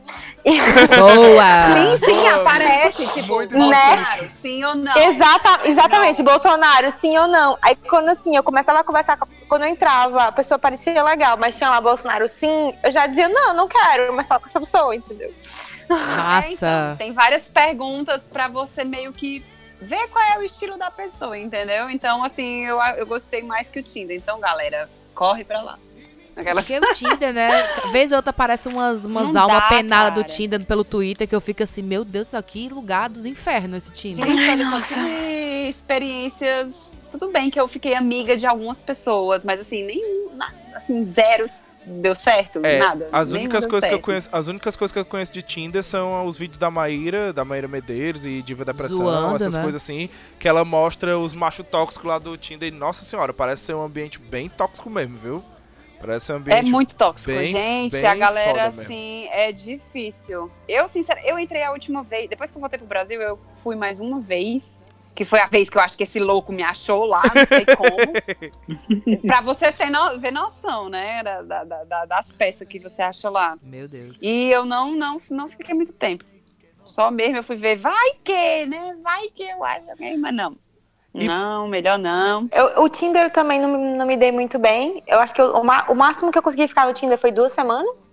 Boa! Sim, aparece, tipo, Muito Bolsonaro, sim ou não. Exatamente, Bolsonaro, sim ou não. Aí quando assim, eu começava a conversar, quando eu entrava, a pessoa parecia legal, mas tinha lá Bolsonaro sim, eu já dizia, não quero, mas fala com essa pessoa, entendeu? Massa! Então, tem várias perguntas pra você meio que ver qual é o estilo da pessoa, entendeu? Então, assim, eu gostei mais que o Tinder. Então, galera, corre pra lá. Aquela... Porque o Tinder, né? Vez ou outra aparece umas Não almas dá, penadas do cara. Tinder pelo Twitter que eu fico assim, meu Deus do céu, que lugar dos infernos esse Tinder. Gente, eu só tive experiências... Tudo bem que eu fiquei amiga de algumas pessoas, mas assim, assim, zero deu certo, nada. As nenhuma únicas deu coisas que eu certo. conheço, as únicas coisas que eu conheço de Tinder são os vídeos da Maíra Medeiros e Diva Depressão, Zoando, essas né? coisas assim, que ela mostra os machos tóxicos lá do Tinder e, nossa senhora, parece ser um ambiente bem tóxico mesmo, viu? Parece ser um É ambiente muito tóxico, bem- gente. bem A galera, foda mesmo. assim, é difícil. Eu entrei a última vez, depois que eu voltei pro Brasil, eu fui mais uma vez, que foi a vez que eu acho que esse louco me achou lá, não sei como. Pra você ver noção, né, das peças que você acha lá. Meu Deus. E eu não fiquei muito tempo. Só mesmo eu fui ver, vai que, né? Vai que eu acho, mas não. Não, melhor não. O Tinder eu também não me dei muito bem. Eu acho que o máximo que eu consegui ficar no Tinder foi 2 semanas.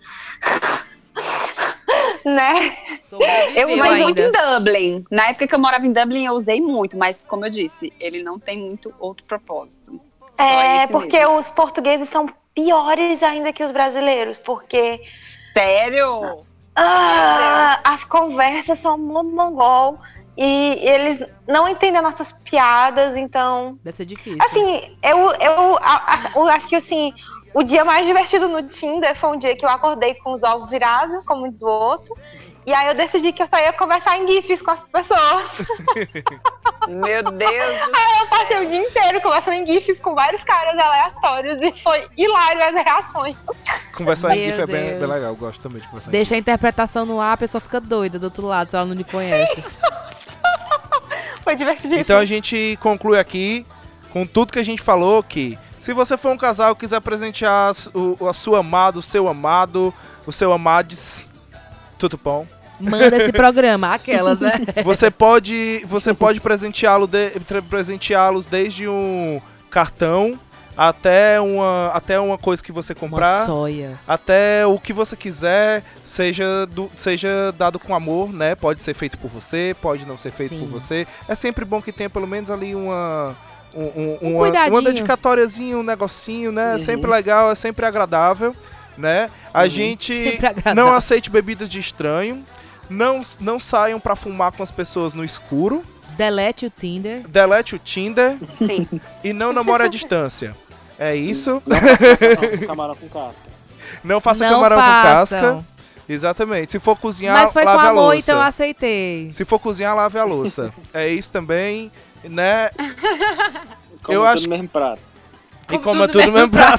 Né? Eu usei ainda. muito em Dublin. Na época que eu morava em Dublin, eu usei muito, mas como eu disse, ele não tem muito outro propósito. Só esse Porque mesmo. os portugueses são piores ainda que os brasileiros, porque Sério? as conversas são muito mongol e eles não entendem nossas piadas, então... Deve ser difícil. Assim, eu acho que assim, o dia mais divertido no Tinder foi um dia que eu acordei com os ovos virados, como diz o osso, e aí eu decidi que eu só ia conversar em GIFs com as pessoas. Meu Deus. Aí eu passei o dia inteiro conversando em GIFs com vários caras aleatórios e foi hilário as reações. Conversar em Meu GIF é bem Deus. legal, eu gosto também de conversar em Deixa a interpretação no ar, a pessoa fica doida do outro lado, se ela não lhe conhece. Foi divertidíssimo. Então a gente conclui aqui com tudo que a gente falou, que se você for um casal e quiser presentear a sua amada, o seu amado, o seu amades, tudo bom. Manda esse programa, aquelas, né? Você pode presenteá-los desde um cartão até uma coisa que você Uma comprar, soia. até o que você quiser, seja dado com amor, né? Pode ser feito por você, pode não ser feito Sim. por você. É sempre bom que tenha pelo menos ali uma cuidadinho. dedicatóriazinha, um negocinho, né? É sempre legal, é sempre agradável, né? A gente Sempre agradável. não aceite bebida de estranho, não saiam pra fumar com as pessoas no escuro, Delete o Tinder. delete o Tinder Sim. e não namore à distância. É isso. Não, camarão com casca. Não faça Não camarão façam. com casca. Exatamente. Se for cozinhar, Mas foi com lave a amor, louça. então eu aceitei. Se for cozinhar, lave a louça. É isso também, né? Como Eu tudo acho- no mesmo prato. E coma tudo no mesmo prato.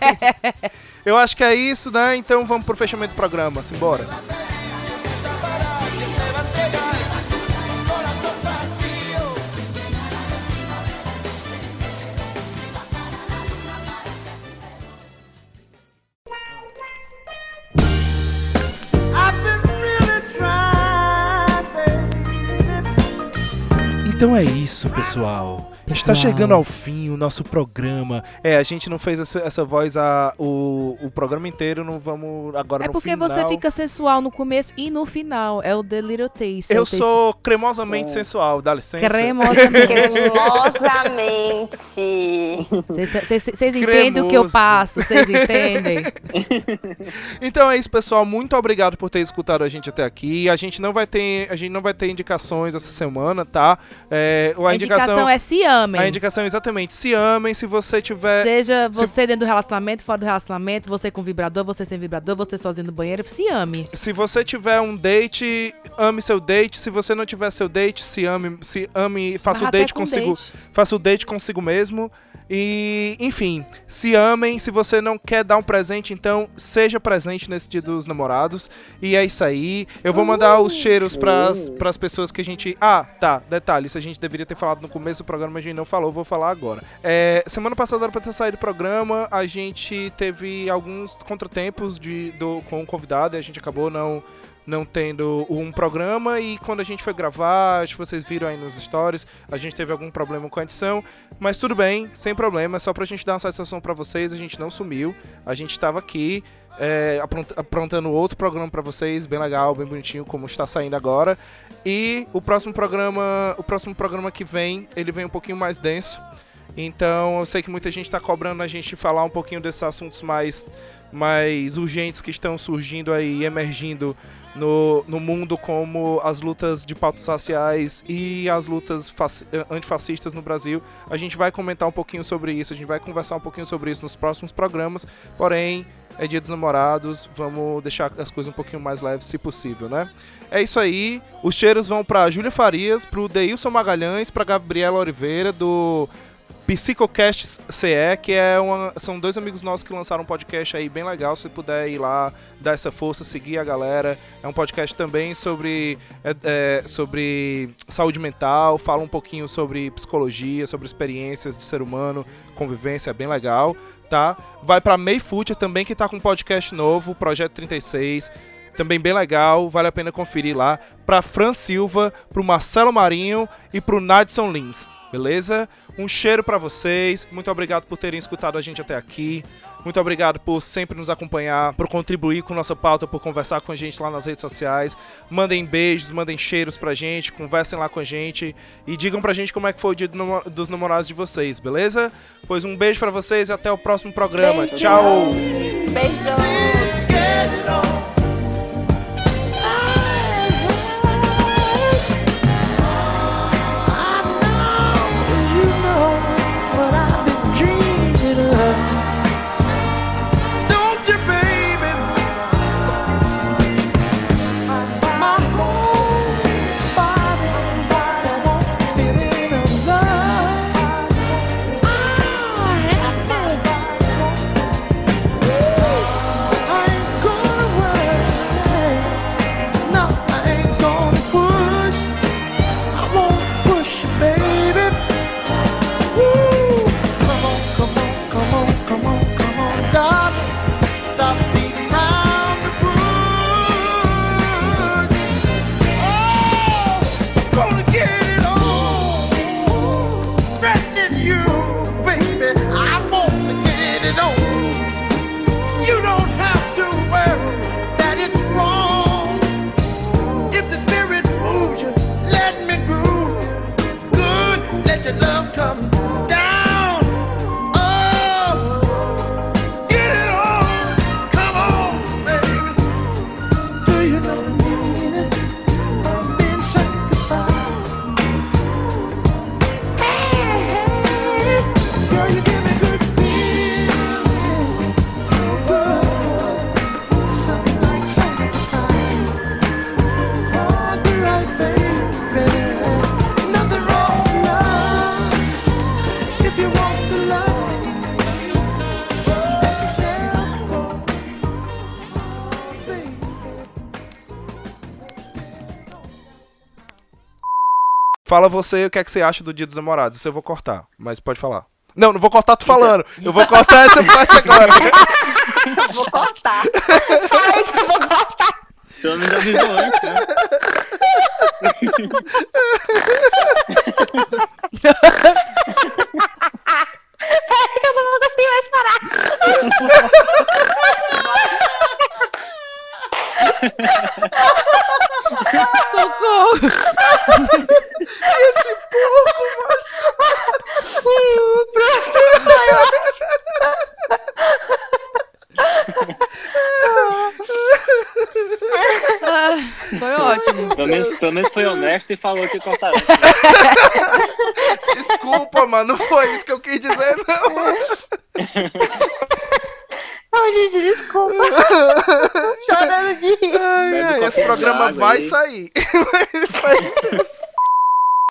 Eu acho que é isso, né? Então vamos pro fechamento do programa. Simbora. Então é isso, pessoal. Está chegando ao fim o nosso programa. A gente não fez essa voz o programa inteiro, não vamos agora no final. É porque você fica sensual no começo e no final. É o The Little Taste. Eu sou cremosamente sensual, dá licença. Cremosamente. Vocês entendem o que eu passo? Vocês entendem? Então é isso, pessoal. Muito obrigado por ter escutado a gente até aqui. A gente não vai ter indicações essa semana, tá? A indicação é se amem. A indicação é exatamente, se amem, se você tiver... Seja você dentro do relacionamento, fora do relacionamento, você com vibrador, você sem vibrador, você sozinho no banheiro, se ame. Se você tiver um date, ame seu date. Se você não tiver seu date, se ame, faça o date consigo. Faça o date consigo mesmo. E, enfim, se amem. Se você não quer dar um presente, então seja presente nesse Dia dos Namorados. E é isso aí. Eu vou mandar os cheiros pras pessoas que a gente... detalhe, isso a gente deveria ter falado no começo do programa, mas a gente não falou, vou falar agora. Semana passada era pra ter saído do programa, a gente teve alguns contratempos com o convidado e a gente acabou não tendo um programa, e quando a gente foi gravar, acho que vocês viram aí nos stories, a gente teve algum problema com a edição, mas tudo bem, sem problema, só pra gente dar uma satisfação pra vocês, a gente não sumiu, a gente tava aqui aprontando outro programa pra vocês, bem legal, bem bonitinho, como está saindo agora, e o próximo programa que vem, ele vem um pouquinho mais denso, então eu sei que muita gente tá cobrando a gente falar um pouquinho desses assuntos mais urgentes que estão surgindo aí, emergindo no mundo, como as lutas de pautas raciais e as lutas antifascistas no Brasil. A gente vai comentar um pouquinho sobre isso, a gente vai conversar um pouquinho sobre isso nos próximos programas, porém, é Dia dos Namorados, vamos deixar as coisas um pouquinho mais leves, se possível, né? É isso aí, os cheiros vão pra Júlia Farias, pro Deilson Magalhães, pra Gabriela Oliveira, do Psicocast CE, que são dois amigos nossos que lançaram um podcast aí bem legal, se puder ir lá, dar essa força, seguir a galera. É um podcast também sobre saúde mental, fala um pouquinho sobre psicologia, sobre experiências de ser humano, convivência, é bem legal, tá? Vai pra May Future também, que tá com um podcast novo, Projeto 36, também bem legal, vale a pena conferir lá. Pra Fran Silva, pro Marcelo Marinho e pro Nadson Lins, beleza? Um cheiro pra vocês, muito obrigado por terem escutado a gente até aqui, muito obrigado por sempre nos acompanhar, por contribuir com nossa pauta, por conversar com a gente lá nas redes sociais. Mandem beijos, mandem cheiros pra gente, conversem lá com a gente e digam pra gente como é que foi o Dia dos Namorados de vocês, beleza? Pois um beijo pra vocês e até o próximo programa. Beijo. Tchau! Beijo! Fala você o que é que você acha do Dia dos Namorados. Isso eu vou cortar, mas pode falar. Não vou cortar tu falando. Eu vou cortar essa parte agora. Vou cortar. Ai, que eu vou cortar. Pelo menos avisou antes, né? porco! Esse porco, macho. Foi ótimo. Pelo menos foi honesto e falou que cortaram. Desculpa, mano, não foi isso que eu quis dizer, não. Não, gente, desculpa. Chorando de rir. Ai, esse programa vai sair.